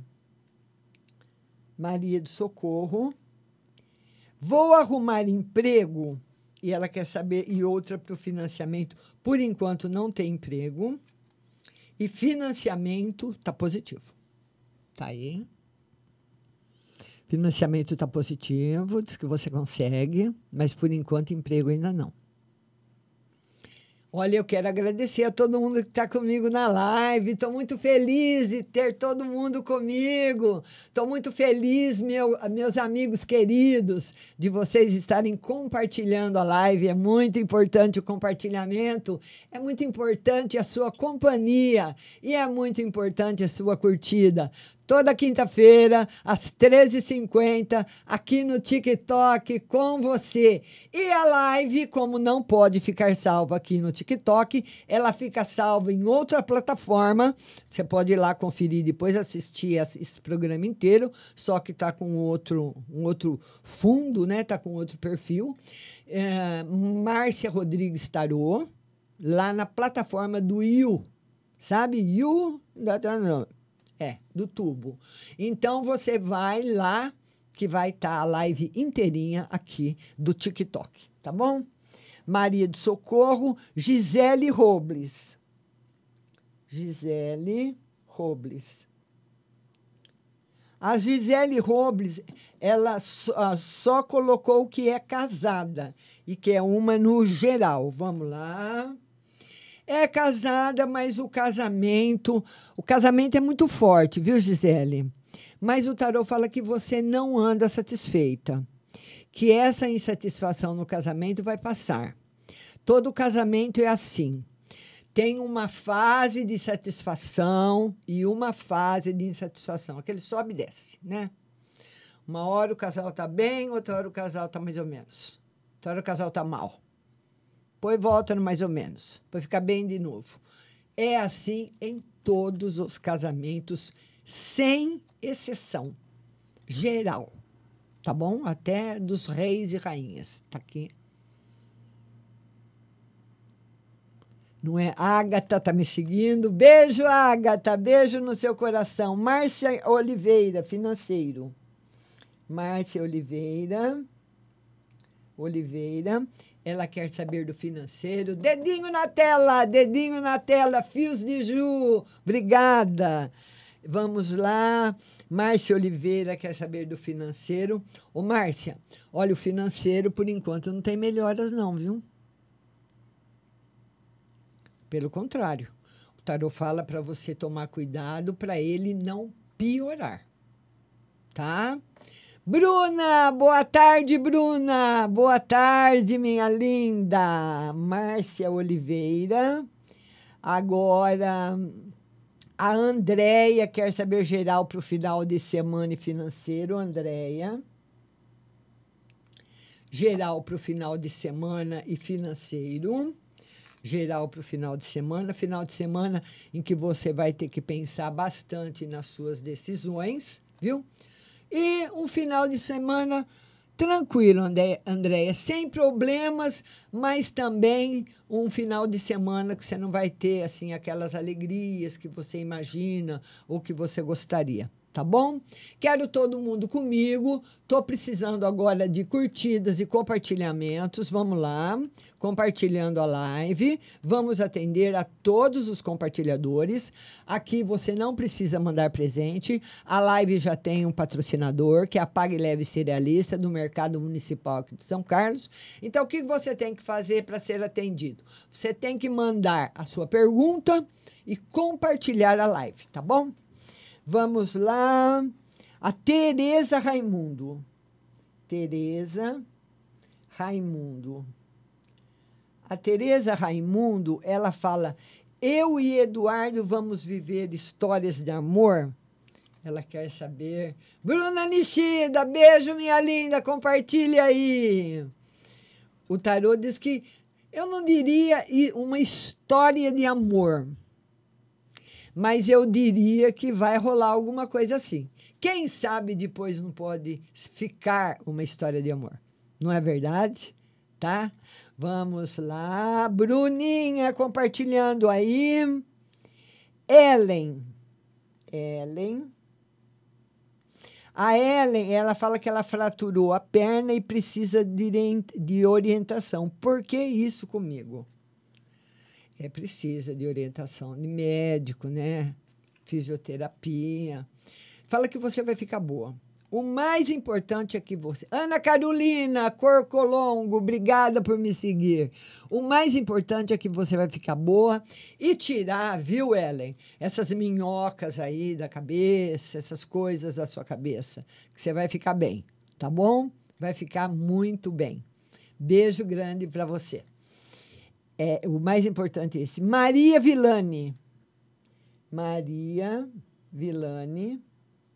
Maria do Socorro. Vou arrumar emprego. E ela quer saber. E outra para o financiamento. Por enquanto não tem emprego. E financiamento está positivo. Tá aí. Financiamento está positivo, diz que você consegue, mas por enquanto emprego ainda não. Olha, eu quero agradecer a todo mundo que está comigo na live. Estou muito feliz de ter todo mundo comigo. Estou muito feliz, meu, meus amigos queridos, de vocês estarem compartilhando a live. É muito importante o compartilhamento, é muito importante a sua companhia e é muito importante a sua curtida. Toda quinta-feira, às treze e cinquenta, aqui no TikTok com você. E a live, como não pode ficar salva aqui no TikTok, ela fica salva em outra plataforma. Você pode ir lá conferir depois, assistir esse programa inteiro, só que está com outro, um outro fundo, né? Está com outro perfil. É, Márcia Rodrigues Tarô, lá na plataforma do You. Sabe? You... Não. É, do tubo. Então, você vai lá, que vai estar a live inteirinha aqui do TikTok, tá bom? Maria do Socorro, Gisele Robles. Gisele Robles. A Gisele Robles, ela só, só colocou que é casada e que é uma no geral. Vamos lá. É casada, mas o casamento... O casamento é muito forte, viu, Gisele? Mas o tarô fala que você não anda satisfeita. Que essa insatisfação no casamento vai passar. Todo casamento é assim. Tem uma fase de satisfação e uma fase de insatisfação. Aquele sobe e desce, né? Uma hora o casal está bem, outra hora o casal está mais ou menos. Outra hora o casal está mal. Depois volta no mais ou menos, para ficar bem de novo. É assim em todos os casamentos, sem exceção. Geral. Tá bom? Até dos reis e rainhas. Tá aqui. Não é? Ágata tá me seguindo. Beijo, Ágata. Beijo no seu coração. Márcia Oliveira, financeiro. Márcia Oliveira. Oliveira. Ela quer saber do financeiro. Dedinho na tela, dedinho na tela, fios de Ju. Obrigada. Vamos lá. Márcia Oliveira quer saber do financeiro. Ô, Márcia, olha, o financeiro, por enquanto, não tem melhoras não, viu? Pelo contrário. O tarô fala para você tomar cuidado para ele não piorar. Tá? Bruna, boa tarde, Bruna. Boa tarde, minha linda. Márcia Oliveira. Agora, a Andréia quer saber geral para o final de semana e financeiro. Andréia. Geral para o final de semana e financeiro. Geral para o final de semana. Final de semana em que você vai ter que pensar bastante nas suas decisões, viu? E um final de semana tranquilo, Andréia, sem problemas, mas também um final de semana que você não vai ter assim aquelas alegrias que você imagina ou que você gostaria. Tá bom? Quero todo mundo comigo. Tô precisando agora de curtidas e compartilhamentos. Vamos lá, compartilhando a live. Vamos atender a todos os compartilhadores. Aqui você não precisa mandar presente. A live já tem um patrocinador, que é a Pague Leve Cerealista do Mercado Municipal aqui de São Carlos. Então, o que você tem que fazer para ser atendido? Você tem que mandar a sua pergunta e compartilhar a live, tá bom? Vamos lá. A Tereza Raimundo. Tereza Raimundo. A Tereza Raimundo, ela fala: eu e Eduardo vamos viver histórias de amor? Ela quer saber. Bruna Nishida, beijo, minha linda, compartilhe aí. O tarô diz que eu não diria uma história de amor, mas eu diria que vai rolar alguma coisa assim. Quem sabe depois não pode ficar uma história de amor. Não é verdade? Tá? Vamos lá. Bruninha compartilhando aí. Ellen. Ellen. A Ellen, ela fala que ela fraturou a perna e precisa de, de orientação. Por que isso comigo? É, precisa de orientação de médico, né? Fisioterapia. Fala que você vai ficar boa. O mais importante é que você... Ana Carolina Corcolongo, obrigada por me seguir. O mais importante é que você vai ficar boa e tirar, viu, Ellen? Essas minhocas aí da cabeça, essas coisas da sua cabeça, que você vai ficar bem, tá bom? Vai ficar muito bem. Beijo grande para você. É, o mais importante é esse. Maria Villani. Maria Villani.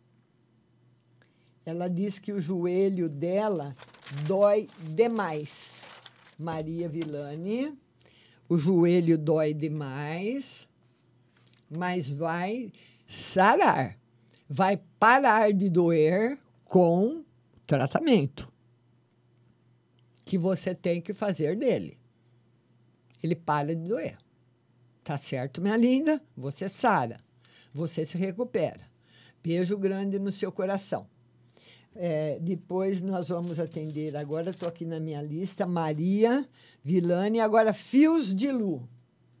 Ela diz que o joelho dela dói demais. Maria Villani. O joelho dói demais, mas vai sarar. Vai parar de doer com tratamento que você tem que fazer dele. Ele para de doer. Tá certo, minha linda? Você sara. Você se recupera. Beijo grande no seu coração. É, depois nós vamos atender, agora estou aqui na minha lista, Maria Villani, agora Fios de Lu.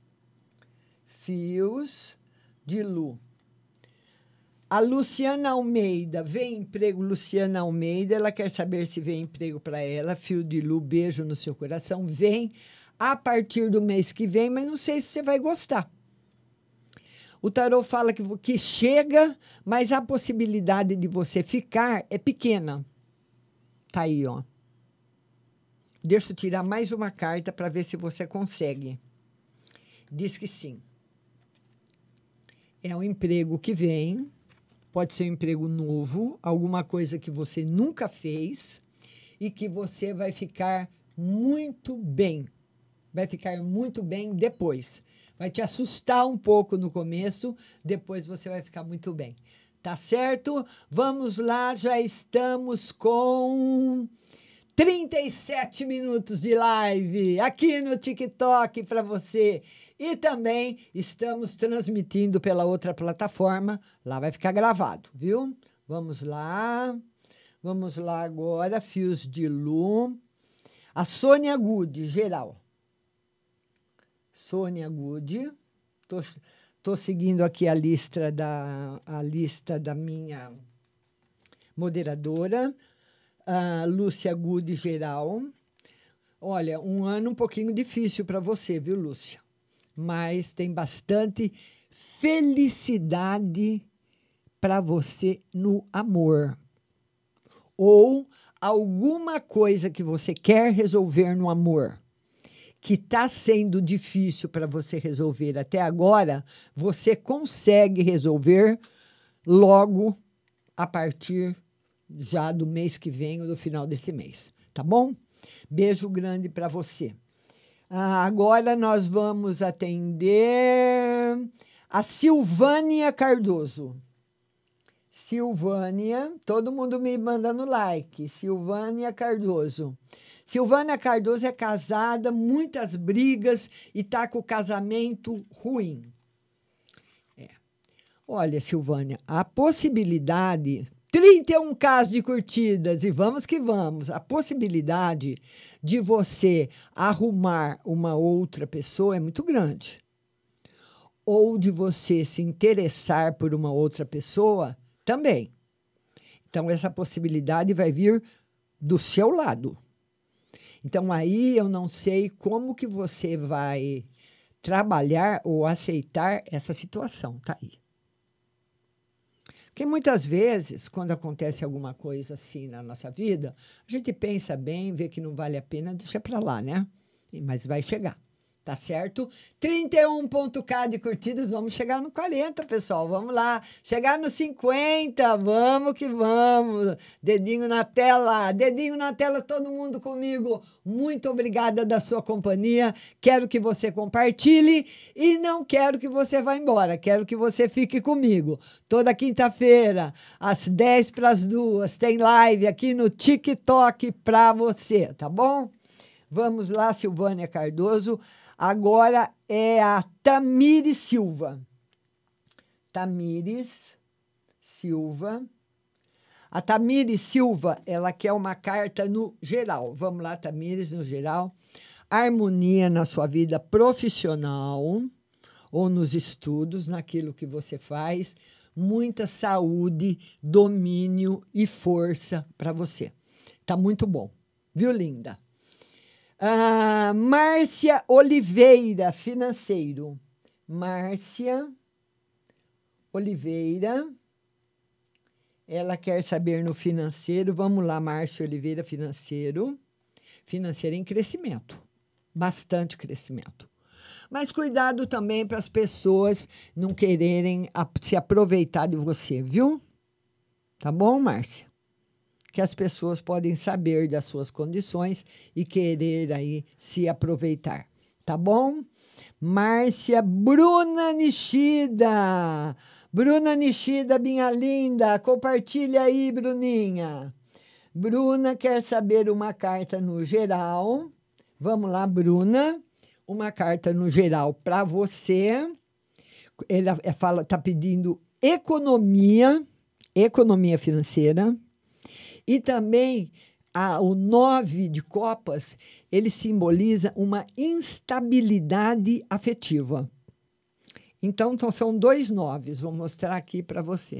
Fios de Lu. A Luciana Almeida, vem emprego, Luciana Almeida, ela quer saber se vem emprego para ela, Fio de Lu, beijo no seu coração, vem a partir do mês que vem, mas não sei se você vai gostar. O tarô fala que, que chega, mas a possibilidade de você ficar é pequena. Tá aí, ó. Deixa eu tirar mais uma carta para ver se você consegue. Diz que sim. É um emprego que vem, pode ser um emprego novo, alguma coisa que você nunca fez e que você vai ficar muito bem. Vai ficar muito bem depois. Vai te assustar um pouco no começo, depois você vai ficar muito bem. Tá certo? Vamos lá, já estamos com trinta e sete minutos de live aqui no TikTok para você. E também estamos transmitindo pela outra plataforma. Lá vai ficar gravado, viu? Vamos lá. Vamos lá agora, Fios de Lu. A Sônia Good, geral. Sônia Good, tô, tô seguindo aqui a lista da, a lista da minha moderadora, a Lúcia Good, geral. Olha, um ano um pouquinho difícil para você, viu, Lúcia? Mas tem bastante felicidade para você no amor. Ou alguma coisa que você quer resolver no amor, que está sendo difícil para você resolver até agora, você consegue resolver logo a partir já do mês que vem ou do final desse mês, tá bom? Beijo grande para você. Ah, agora nós vamos atender a Silvânia Cardoso. Silvânia, todo mundo me mandando like. Silvânia Cardoso. Silvânia Cardoso é casada, muitas brigas e está com o casamento ruim. É. Olha, Silvânia, a possibilidade... trinta e um casos de curtidas e vamos que vamos. A possibilidade de você arrumar uma outra pessoa é muito grande. Ou de você se interessar por uma outra pessoa também. Então, essa possibilidade vai vir do seu lado. Então, aí eu não sei como que você vai trabalhar ou aceitar essa situação, tá aí. Porque muitas vezes, quando acontece alguma coisa assim na nossa vida, a gente pensa bem, vê que não vale a pena, deixa pra lá, né? Mas vai chegar, tá certo? trinta e um ponto k de curtidas, vamos chegar no quarenta, pessoal, vamos lá. Chegar no cinquenta, vamos que vamos. Dedinho na tela, dedinho na tela, todo mundo comigo. Muito obrigada da sua companhia. Quero que você compartilhe e não quero que você vá embora. Quero que você fique comigo. Toda quinta-feira, às dez para as duas, tem live aqui no TikTok para você, tá bom? Vamos lá, Silvânia Cardoso. Agora é a Tamires Silva. Tamires Silva. A Tamires Silva, ela quer uma carta no geral. Vamos lá, Tamires, no geral. Harmonia na sua vida profissional ou nos estudos, naquilo que você faz. muita saúde, domínio e força para você. Tá muito bom. Viu, linda? Ah, Márcia Oliveira, financeiro. Márcia Oliveira. Ela quer saber no financeiro. Vamos lá, Márcia Oliveira, financeiro. Financeiro em crescimento. Bastante crescimento. Mas cuidado também para as pessoas não quererem a- se aproveitar de você, viu? Tá bom, Márcia? Que as pessoas podem saber das suas condições e querer aí se aproveitar. Tá bom? Márcia Bruna Nishida. Bruna Nishida, minha linda. Compartilha aí, Bruninha. Bruna quer saber uma carta no geral. Vamos lá, Bruna. Uma carta no geral para você. Ela fala, tá pedindo economia, economia financeira. E também a, o nove de copas, ele simboliza uma instabilidade afetiva. Então, então são dois noves. Vou mostrar aqui para você.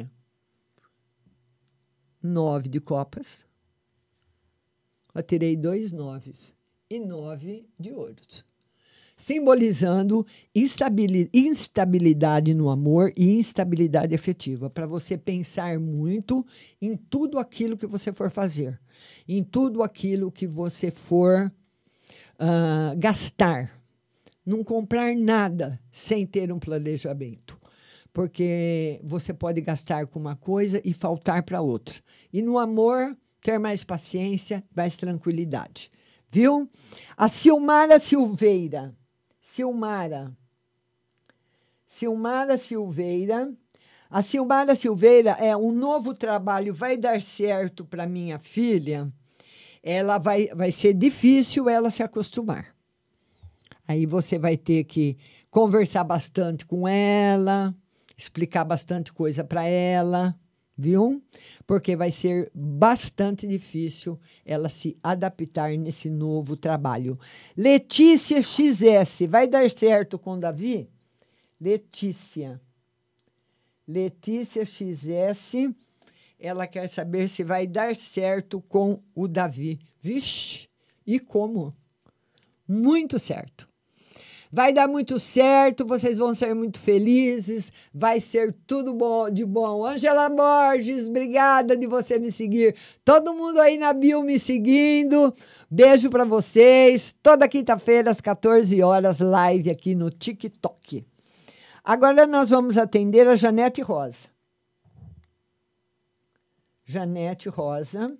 Nove de copas. Eu tirei dois noves. E nove de ouros. Simbolizando instabili- instabilidade no amor e instabilidade afetiva, para você pensar muito em tudo aquilo que você for fazer, em tudo aquilo que você for uh, gastar. Não comprar nada sem ter um planejamento, porque você pode gastar com uma coisa e faltar para outra. E no amor, ter mais paciência, mais tranquilidade. Viu? A Silmara Silveira. Silmara. Silmara Silveira. A Silmara Silveira é um novo trabalho, vai dar certo para minha filha. Ela vai, vai ser difícil ela se acostumar. Aí você vai ter que conversar bastante com ela, explicar bastante coisa para ela, viu? Porque vai ser bastante difícil ela se adaptar nesse novo trabalho. Letícia X S, vai dar certo com o Davi? Letícia. Letícia X S, ela quer saber se vai dar certo com o Davi. Vixe, e como? Muito certo. Vai dar muito certo, vocês vão ser muito felizes, vai ser tudo bom, de bom. Angela Borges, obrigada de você me seguir. Todo mundo aí na bio me seguindo. Beijo para vocês. Toda quinta-feira, às quatorze horas, live aqui no TikTok. Agora nós vamos atender a Janete Rosa. Janete Rosa.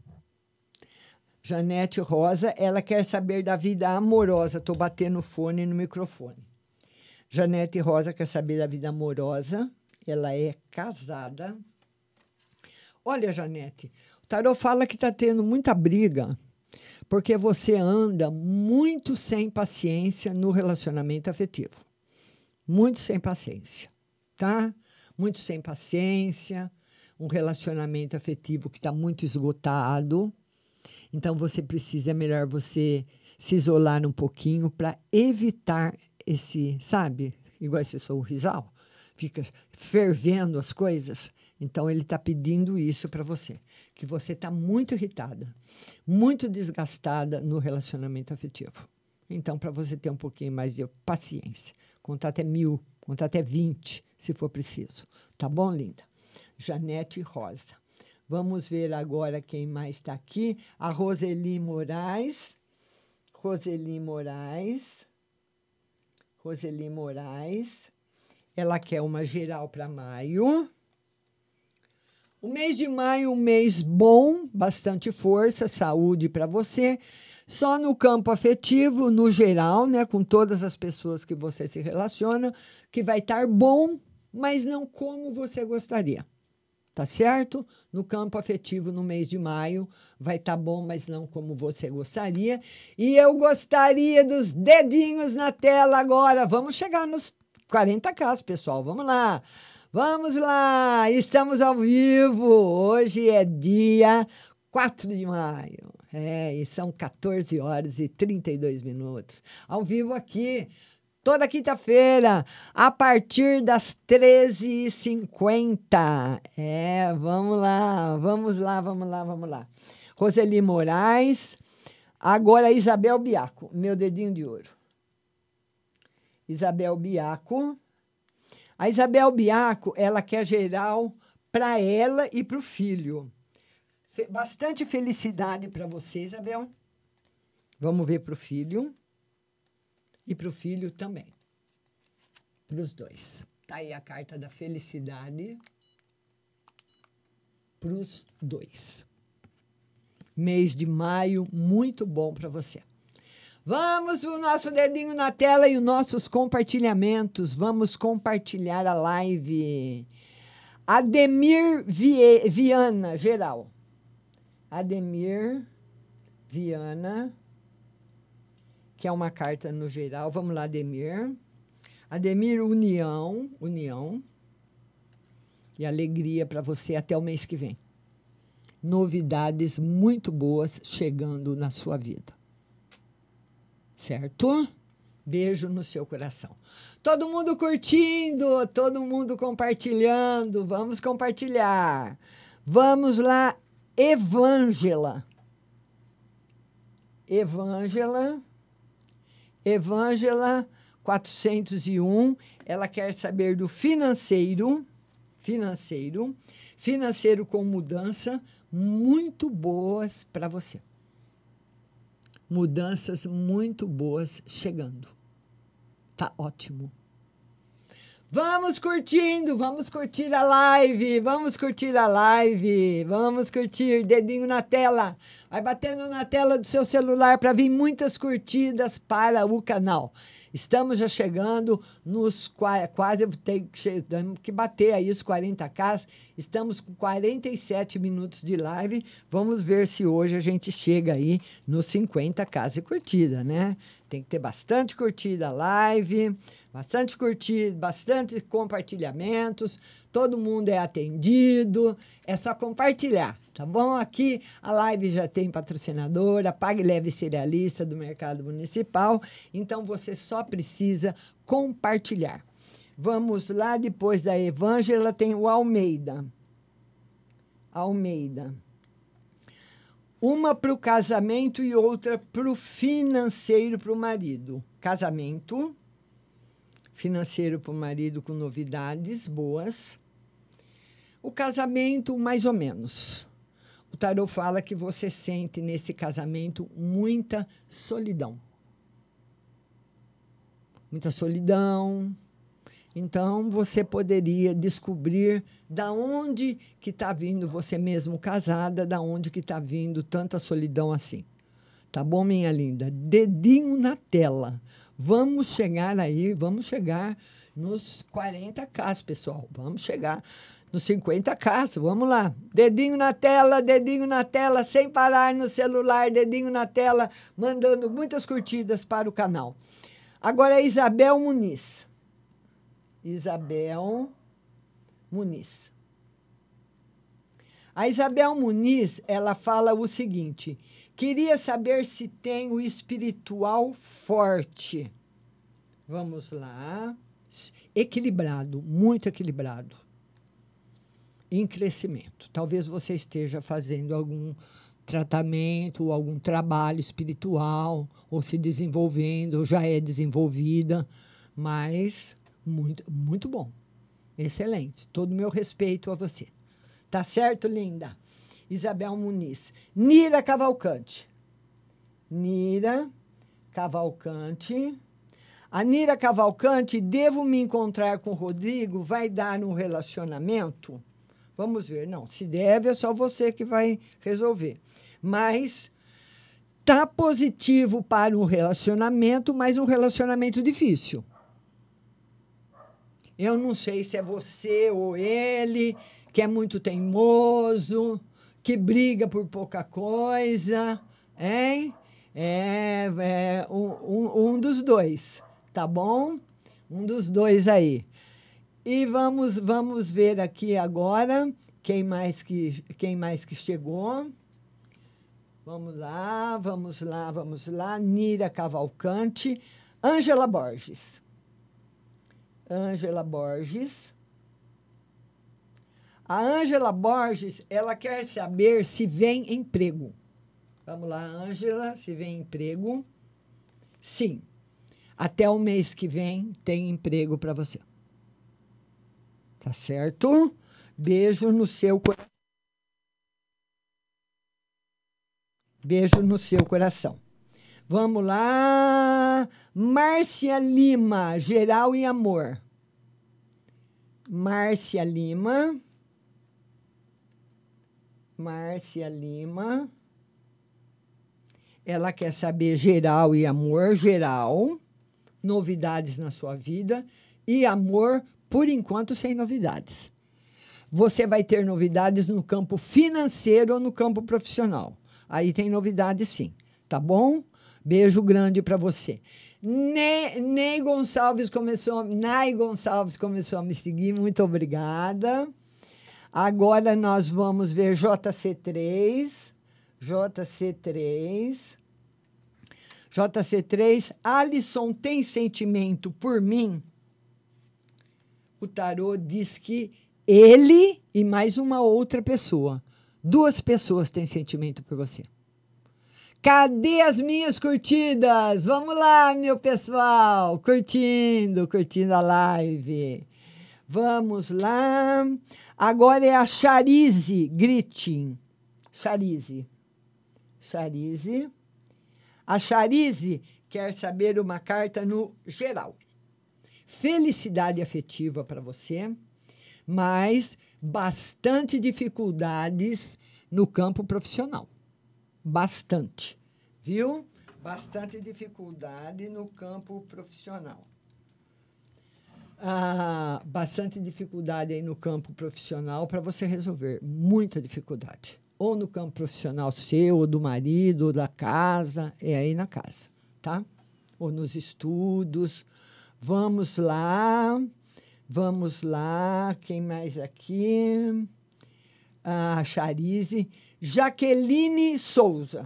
Janete Rosa, ela quer saber da vida amorosa. Estou batendo o fone no microfone. Janete Rosa quer saber da vida amorosa. Ela é casada. Olha, Janete, o tarô fala que está tendo muita briga, porque você anda muito sem paciência no relacionamento afetivo. Muito sem paciência, tá? Muito sem paciência, um relacionamento afetivo que está muito esgotado. Então, você precisa, é melhor você se isolar um pouquinho para evitar esse, sabe? Igual esse sorrisal, fica fervendo as coisas. Então, ele está pedindo isso para você, que você está muito irritada, muito desgastada no relacionamento afetivo. Então, para você ter um pouquinho mais de paciência, contar até mil, contar até vinte, se for preciso. Tá bom, linda? Janete Rosa. Vamos ver agora quem mais está aqui. A Roseli Moraes. Roseli Moraes. Roseli Moraes. Ela quer uma geral para maio. O mês de maio, um mês bom, bastante força, saúde para você. Só no campo afetivo, no geral, né, com todas as pessoas que você se relaciona, que vai estar bom, mas não como você gostaria. Tá certo? No campo afetivo, no mês de maio, vai estar tá bom, mas não como você gostaria. E eu gostaria dos dedinhos na tela agora. Vamos chegar nos quarenta K, pessoal. Vamos lá. Vamos lá. Estamos ao vivo. Hoje é dia quatro de maio. É, e são quatorze horas e trinta e dois minutos. Ao vivo aqui. Toda quinta-feira, a partir das treze e cinquenta. É, vamos lá, vamos lá, vamos lá, vamos lá. Roseli Moraes. Agora, Isabel Biaco, meu dedinho de ouro. Isabel Biaco. A Isabel Biaco, ela quer geral para ela e para o filho. Fe- bastante felicidade para você, Isabel. Vamos ver para o filho. E para o filho também. Para os dois. Está aí a carta da felicidade para os dois. Mês de maio, muito bom para você. Vamos o nosso dedinho na tela e os nossos compartilhamentos. Vamos compartilhar a live. Ademir Vie- Viana, geral. Ademir Viana, que é uma carta no geral. Vamos lá, Ademir. Ademir, união, união e alegria para você até o mês que vem. Novidades muito boas chegando na sua vida. Certo? Beijo no seu coração. Todo mundo curtindo, todo mundo compartilhando. Vamos compartilhar. Vamos lá, Evângela. Evângela. Evângela quatrocentos e um. Ela quer saber do financeiro. Financeiro. Financeiro com mudança muito boas para você. Mudanças muito boas chegando. Tá ótimo. Vamos curtindo, vamos curtir a live, vamos curtir a live, vamos curtir, dedinho na tela. Vai batendo na tela do seu celular para vir muitas curtidas para o canal. Estamos já chegando nos qua- quase, tem que che- temos que bater aí os quarenta K. Estamos com quarenta e sete minutos de live. Vamos ver se hoje a gente chega aí nos cinquenta K de curtida, né? Tem que ter bastante curtida a live, bastante curtida, bastante compartilhamentos. Todo mundo é atendido. É só compartilhar, tá bom? Aqui a live já tem patrocinadora, Pague Leve Cerealista do Mercado Municipal. Então você só precisa compartilhar. Vamos lá, depois da Evângela tem o Almeida. Almeida. Uma para o casamento e outra para o financeiro para o marido. Casamento, financeiro para o marido com novidades boas. O casamento, mais ou menos. O tarô fala que você sente nesse casamento muita solidão. Muita solidão. Então, você poderia descobrir da onde que está vindo você mesmo casada, da onde que está vindo tanta solidão assim. Tá bom, minha linda? Dedinho na tela. Vamos chegar aí, vamos chegar nos quarenta K, pessoal. Vamos chegar nos cinquenta K, vamos lá. Dedinho na tela, dedinho na tela, sem parar no celular, dedinho na tela, mandando muitas curtidas para o canal. Agora é Isabel Muniz. Isabel Muniz. A Isabel Muniz, ela fala o seguinte: queria saber se tem o espiritual forte. Vamos lá. Equilibrado, muito equilibrado. Em crescimento. Talvez você esteja fazendo algum tratamento, ou algum trabalho espiritual, ou se desenvolvendo, ou já é desenvolvida, mas muito, muito bom. Excelente. Todo o meu respeito a você. Tá certo, linda? Isabel Muniz. Nira Cavalcante. Nira Cavalcante. A Nira Cavalcante, devo me encontrar com o Rodrigo? Vai dar um relacionamento? Vamos ver. Não, se deve, é só você que vai resolver. Mas tá positivo para um relacionamento, mas um relacionamento difícil. Eu não sei se é você ou ele, que é muito teimoso, que briga por pouca coisa, hein? É, é um, um, um dos dois, tá bom? Um dos dois aí. E vamos, vamos ver aqui agora quem mais que, quem mais que chegou. Vamos lá, vamos lá, vamos lá. Nira Cavalcante. Ângela Borges. Ângela Borges. A Ângela Borges, ela quer saber se vem emprego. Vamos lá, Ângela, se vem emprego. Sim. Até o mês que vem tem emprego para você. Tá certo? Beijo no seu coração. Beijo no seu coração. Vamos lá. Márcia Lima, geral e amor. Márcia Lima. Márcia Lima. Ela quer saber geral e amor, geral. Novidades na sua vida. E amor, por enquanto, sem novidades. Você vai ter novidades no campo financeiro ou no campo profissional. Aí tem novidade sim, tá bom? Beijo grande para você. Ney, Ney Gonçalves começou, Ney Gonçalves começou a me seguir, muito obrigada. Agora nós vamos ver J C três, J C três, J C três, Alisson tem sentimento por mim? O tarô diz que ele e mais uma outra pessoa, duas pessoas têm sentimento por você. Cadê as minhas curtidas? Vamos lá, meu pessoal. Curtindo, curtindo a live. Vamos lá. Agora é a Charize Gritin. Charize. Charize. A Charize quer saber uma carta no geral. Felicidade afetiva para você, mas bastante dificuldades no campo profissional. Bastante, viu? Bastante dificuldade no campo profissional. Ah, bastante dificuldade aí no campo profissional para você resolver. Muita dificuldade. Ou no campo profissional seu, ou do marido, ou da casa. É aí na casa, tá? Ou nos estudos. Vamos lá. Vamos lá. Quem mais aqui? Ah, Charize. Jaqueline Souza.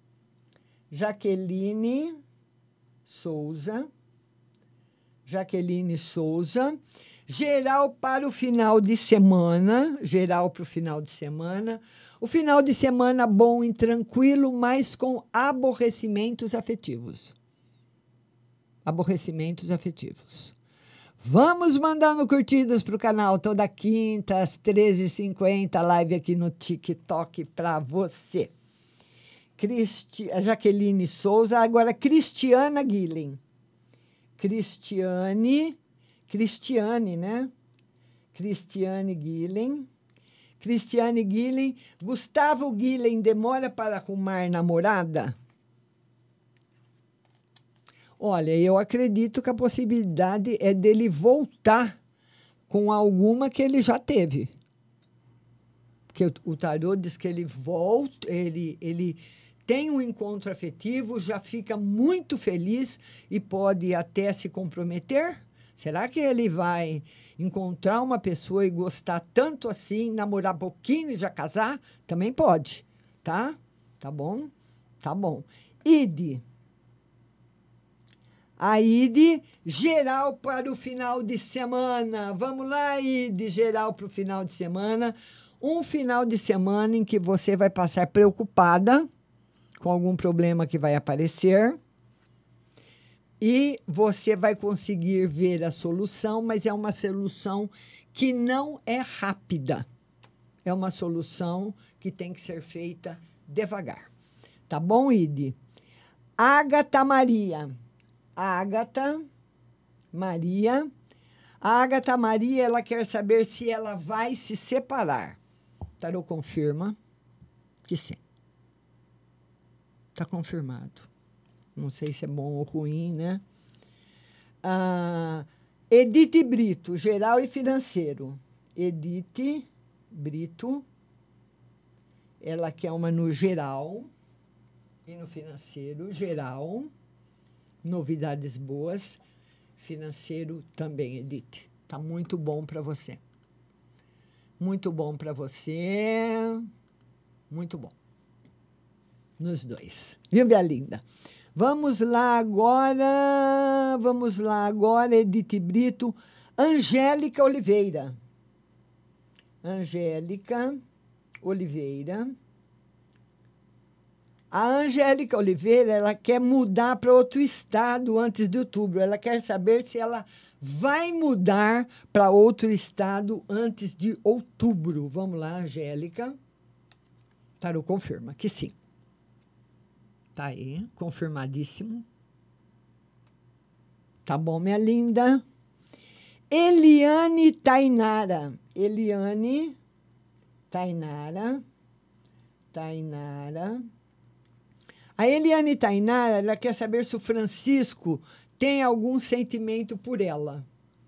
Jaqueline Souza. Jaqueline Souza. Geral para o final de semana. Geral para o final de semana. O final de semana bom e tranquilo, mas com aborrecimentos afetivos. Aborrecimentos afetivos. Vamos mandando curtidas para o canal toda quinta, às treze e cinquenta, live aqui no TikTok para você. Cristi... Jaqueline Souza, agora Cristiana Guilhem. Cristiane, Cristiane, né? Cristiane Guilhem. Cristiane Guilhem. Gustavo Guilhem demora para arrumar namorada? Olha, eu acredito que a possibilidade é dele voltar com alguma que ele já teve. Porque o, o tarô diz que ele volta, ele, ele tem um encontro afetivo, já fica muito feliz e pode até se comprometer. Será que ele vai encontrar uma pessoa e gostar tanto assim, namorar pouquinho e já casar? Também pode, tá? Tá bom? Tá bom. Ide. A Ide, geral para o final de semana. Vamos lá, Ide, geral para o final de semana. Um final de semana em que você vai passar preocupada com algum problema que vai aparecer. E você vai conseguir ver a solução, mas é uma solução que não é rápida. É uma solução que tem que ser feita devagar. Tá bom, Ide? Ágata Maria. Ágata Maria. A Ágata Maria, ela quer saber se ela vai se separar. O tarô confirma que sim. Está confirmado. Não sei se é bom ou ruim, né? Ah, Edith Brito, geral e financeiro. Edith Brito. Ela quer uma no geral e no financeiro. Geral. Novidades boas. Financeiro também, Edith. Tá muito bom para você. Muito bom para você. Muito bom. Nos dois. Viu, minha linda? Vamos lá agora. Vamos lá agora, Edith Brito. Angélica Oliveira. Angélica Oliveira. A Angélica Oliveira, ela quer mudar para outro estado antes de outubro. Ela quer saber se ela vai mudar para outro estado antes de outubro. Vamos lá, Angélica. Tarô confirma que sim. Tá aí, confirmadíssimo. Tá bom, minha linda. Eliane Tainara. Eliane Tainara. Tainara. A Eliane Tainara, ela quer saber se o Francisco tem algum sentimento por ela.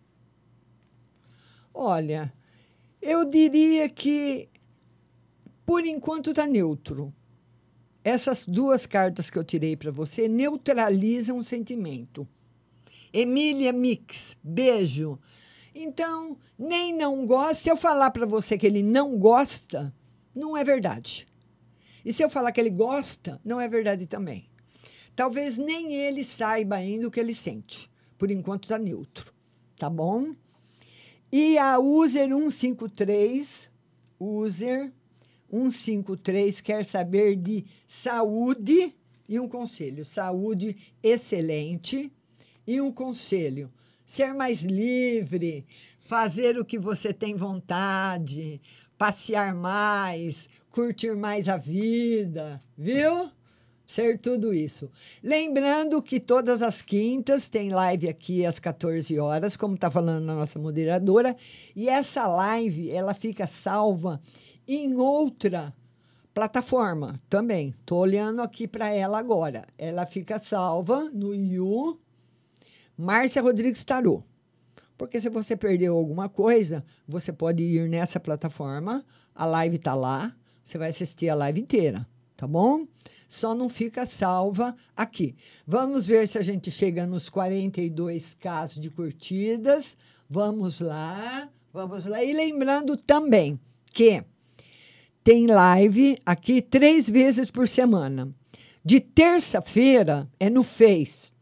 Olha, eu diria que, por enquanto, está neutro. Essas duas cartas que eu tirei para você neutralizam o sentimento. Emília Mix, beijo. Então, nem não gosta. Se eu falar para você que ele não gosta, não é verdade. E se eu falar que ele gosta, não é verdade também. Talvez nem ele saiba ainda o que ele sente. Por enquanto está neutro. Tá bom? E a User cento e cinquenta e três, User cento e cinquenta e três quer saber de saúde e um conselho. Saúde excelente e um conselho. Ser mais livre, fazer o que você tem vontade, passear mais, curtir mais a vida, viu? Ser tudo isso. Lembrando que todas as quintas tem live aqui às quatorze horas, como está falando a nossa moderadora, e essa live, ela fica salva em outra plataforma também. Estou olhando aqui para ela agora. Ela fica salva no You, Márcia Rodrigues Tarô. Porque se você perdeu alguma coisa, você pode ir nessa plataforma, a live está lá, você vai assistir a live inteira, tá bom? Só não fica salva aqui. Vamos ver se a gente chega nos quarenta e dois K de curtidas. Vamos lá, vamos lá. E lembrando também que tem live aqui três vezes por semana. De terça-feira é no Face.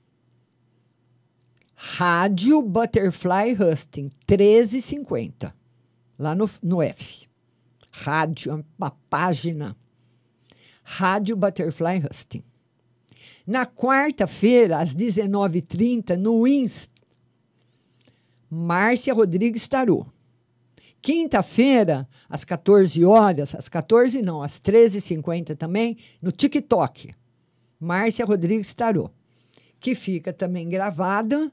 Rádio Butterfly Husting, treze e cinquenta. Lá no, no F. Rádio, uma página. Rádio Butterfly Husting. Na quarta-feira, às dezenove e trinta, no Insta, Márcia Rodrigues Tarô. Quinta-feira, às quatorze horas, às quatorze não, às treze e cinquenta também, no TikTok, Márcia Rodrigues Tarô, que fica também gravada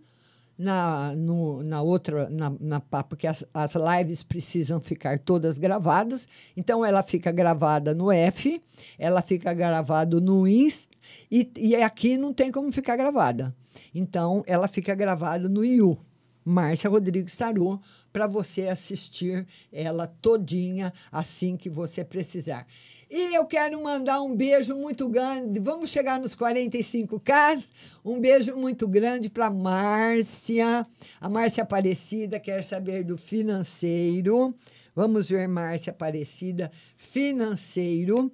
na, no, na outra, na, na, porque as, as lives precisam ficar todas gravadas, então ela fica gravada no F, ela fica gravada no Insta, e, e aqui não tem como ficar gravada. Então, ela fica gravada no You, Márcia Rodrigues Tarô, para você assistir ela todinha assim que você precisar. E eu quero mandar um beijo muito grande. Vamos chegar nos quarenta e cinco K. Um beijo muito grande para Márcia. A Márcia Aparecida quer saber do financeiro. Vamos ver, Márcia Aparecida, financeiro.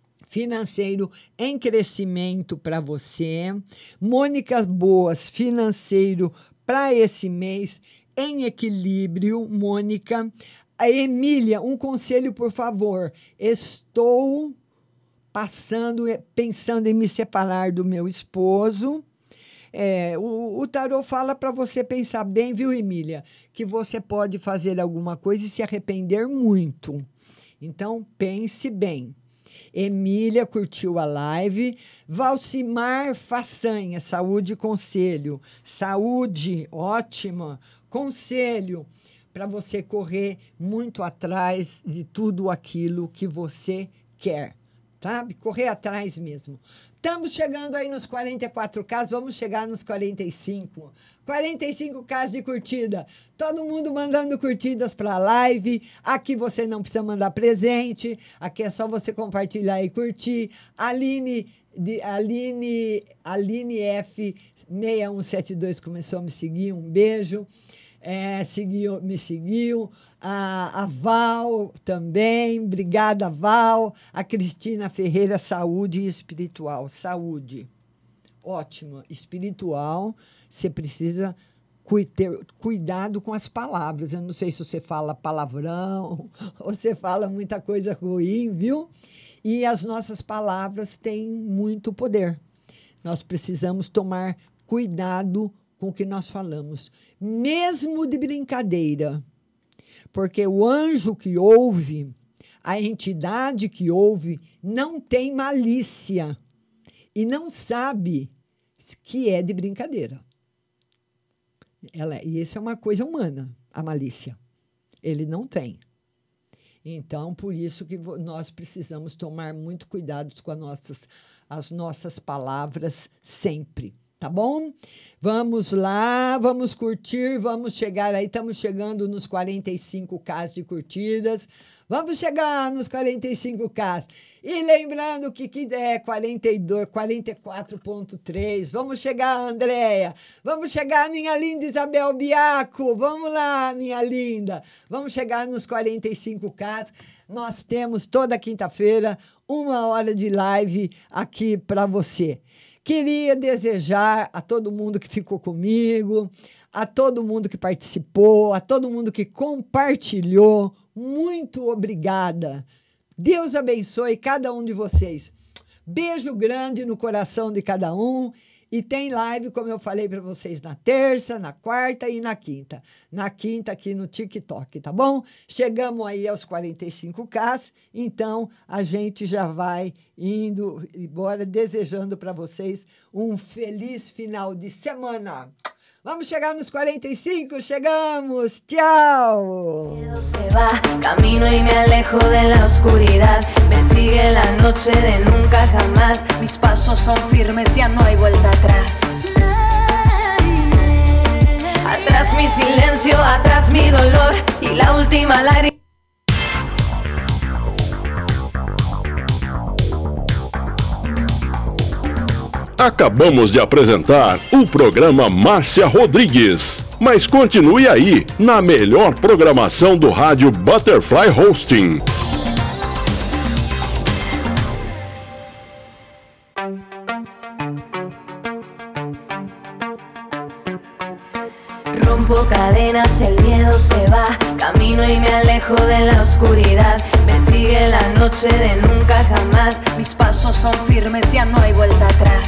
Financeiro em crescimento para você. Mônica Boas, financeiro para esse mês em equilíbrio, Mônica. A Emília, um conselho, por favor. Estou passando, pensando em me separar do meu esposo. É, o, o tarô fala para você pensar bem, viu, Emília? Que você pode fazer alguma coisa e se arrepender muito. Então, pense bem. Emília curtiu a live. Valcimar Façanha, saúde e conselho. Saúde, ótima. Conselho, para você correr muito atrás de tudo aquilo que você quer, sabe? Correr atrás mesmo. Estamos chegando aí nos quarenta e quatro K, vamos chegar nos quarenta e cinco. quarenta e cinco K de curtida. Todo mundo mandando curtidas para a live. Aqui você não precisa mandar presente. Aqui é só você compartilhar e curtir. Aline, de, Aline, Aline F seis um sete dois começou a me seguir. Um beijo. É, seguiu, me seguiu, a, a Val também, obrigada, Val, a Cristina Ferreira, saúde e espiritual, saúde, ótimo, espiritual, você precisa ter cuidado com as palavras. Eu não sei se você fala palavrão ou você fala muita coisa ruim, viu? E as nossas palavras têm muito poder. Nós precisamos tomar cuidado com o que nós falamos, mesmo de brincadeira. Porque o anjo que ouve, a entidade que ouve, não tem malícia e não sabe que é de brincadeira. Ela, e isso é uma coisa humana, a malícia. Ele não tem. Então, por isso que nós precisamos tomar muito cuidado com as nossas, as nossas palavras sempre. Tá bom? Vamos lá, vamos curtir, vamos chegar aí, estamos chegando nos quarenta e cinco K de curtidas, vamos chegar nos quarenta e cinco K. E lembrando que, que é quarenta e dois, quarenta e quatro ponto três, vamos chegar, Andréia, vamos chegar, minha linda Isabel Biaco, vamos lá, minha linda, vamos chegar nos quarenta e cinco K. Nós temos toda quinta-feira uma hora de live aqui para você. Queria desejar a todo mundo que ficou comigo, a todo mundo que participou, a todo mundo que compartilhou, muito obrigada. Deus abençoe cada um de vocês. Beijo grande no coração de cada um. E tem live, como eu falei para vocês, na terça, na quarta e na quinta. Na quinta aqui no TikTok, tá bom? Chegamos aí aos quarenta e cinco K, então a gente já vai indo embora, desejando para vocês um feliz final de semana. Vamos chegar nos quarenta e cinco, chegamos, tchau! Se va, camino y me alejo de la oscuridad. Me sigue la noche de nunca jamás. Mis pasos son firmes, ya no hay vuelta atrás. Atrás mi silencio, atrás mi dolor y la última lágrima. Acabamos de apresentar o programa Márcia Rodrigues. Mas continue aí, na melhor programação do rádio Butterfly Hosting. Rompo cadenas, el miedo se va. Camino y me alejo de la oscuridad. Me sigue la noche de nunca jamás. Mis pasos son firmes, ya no hay vuelta atrás.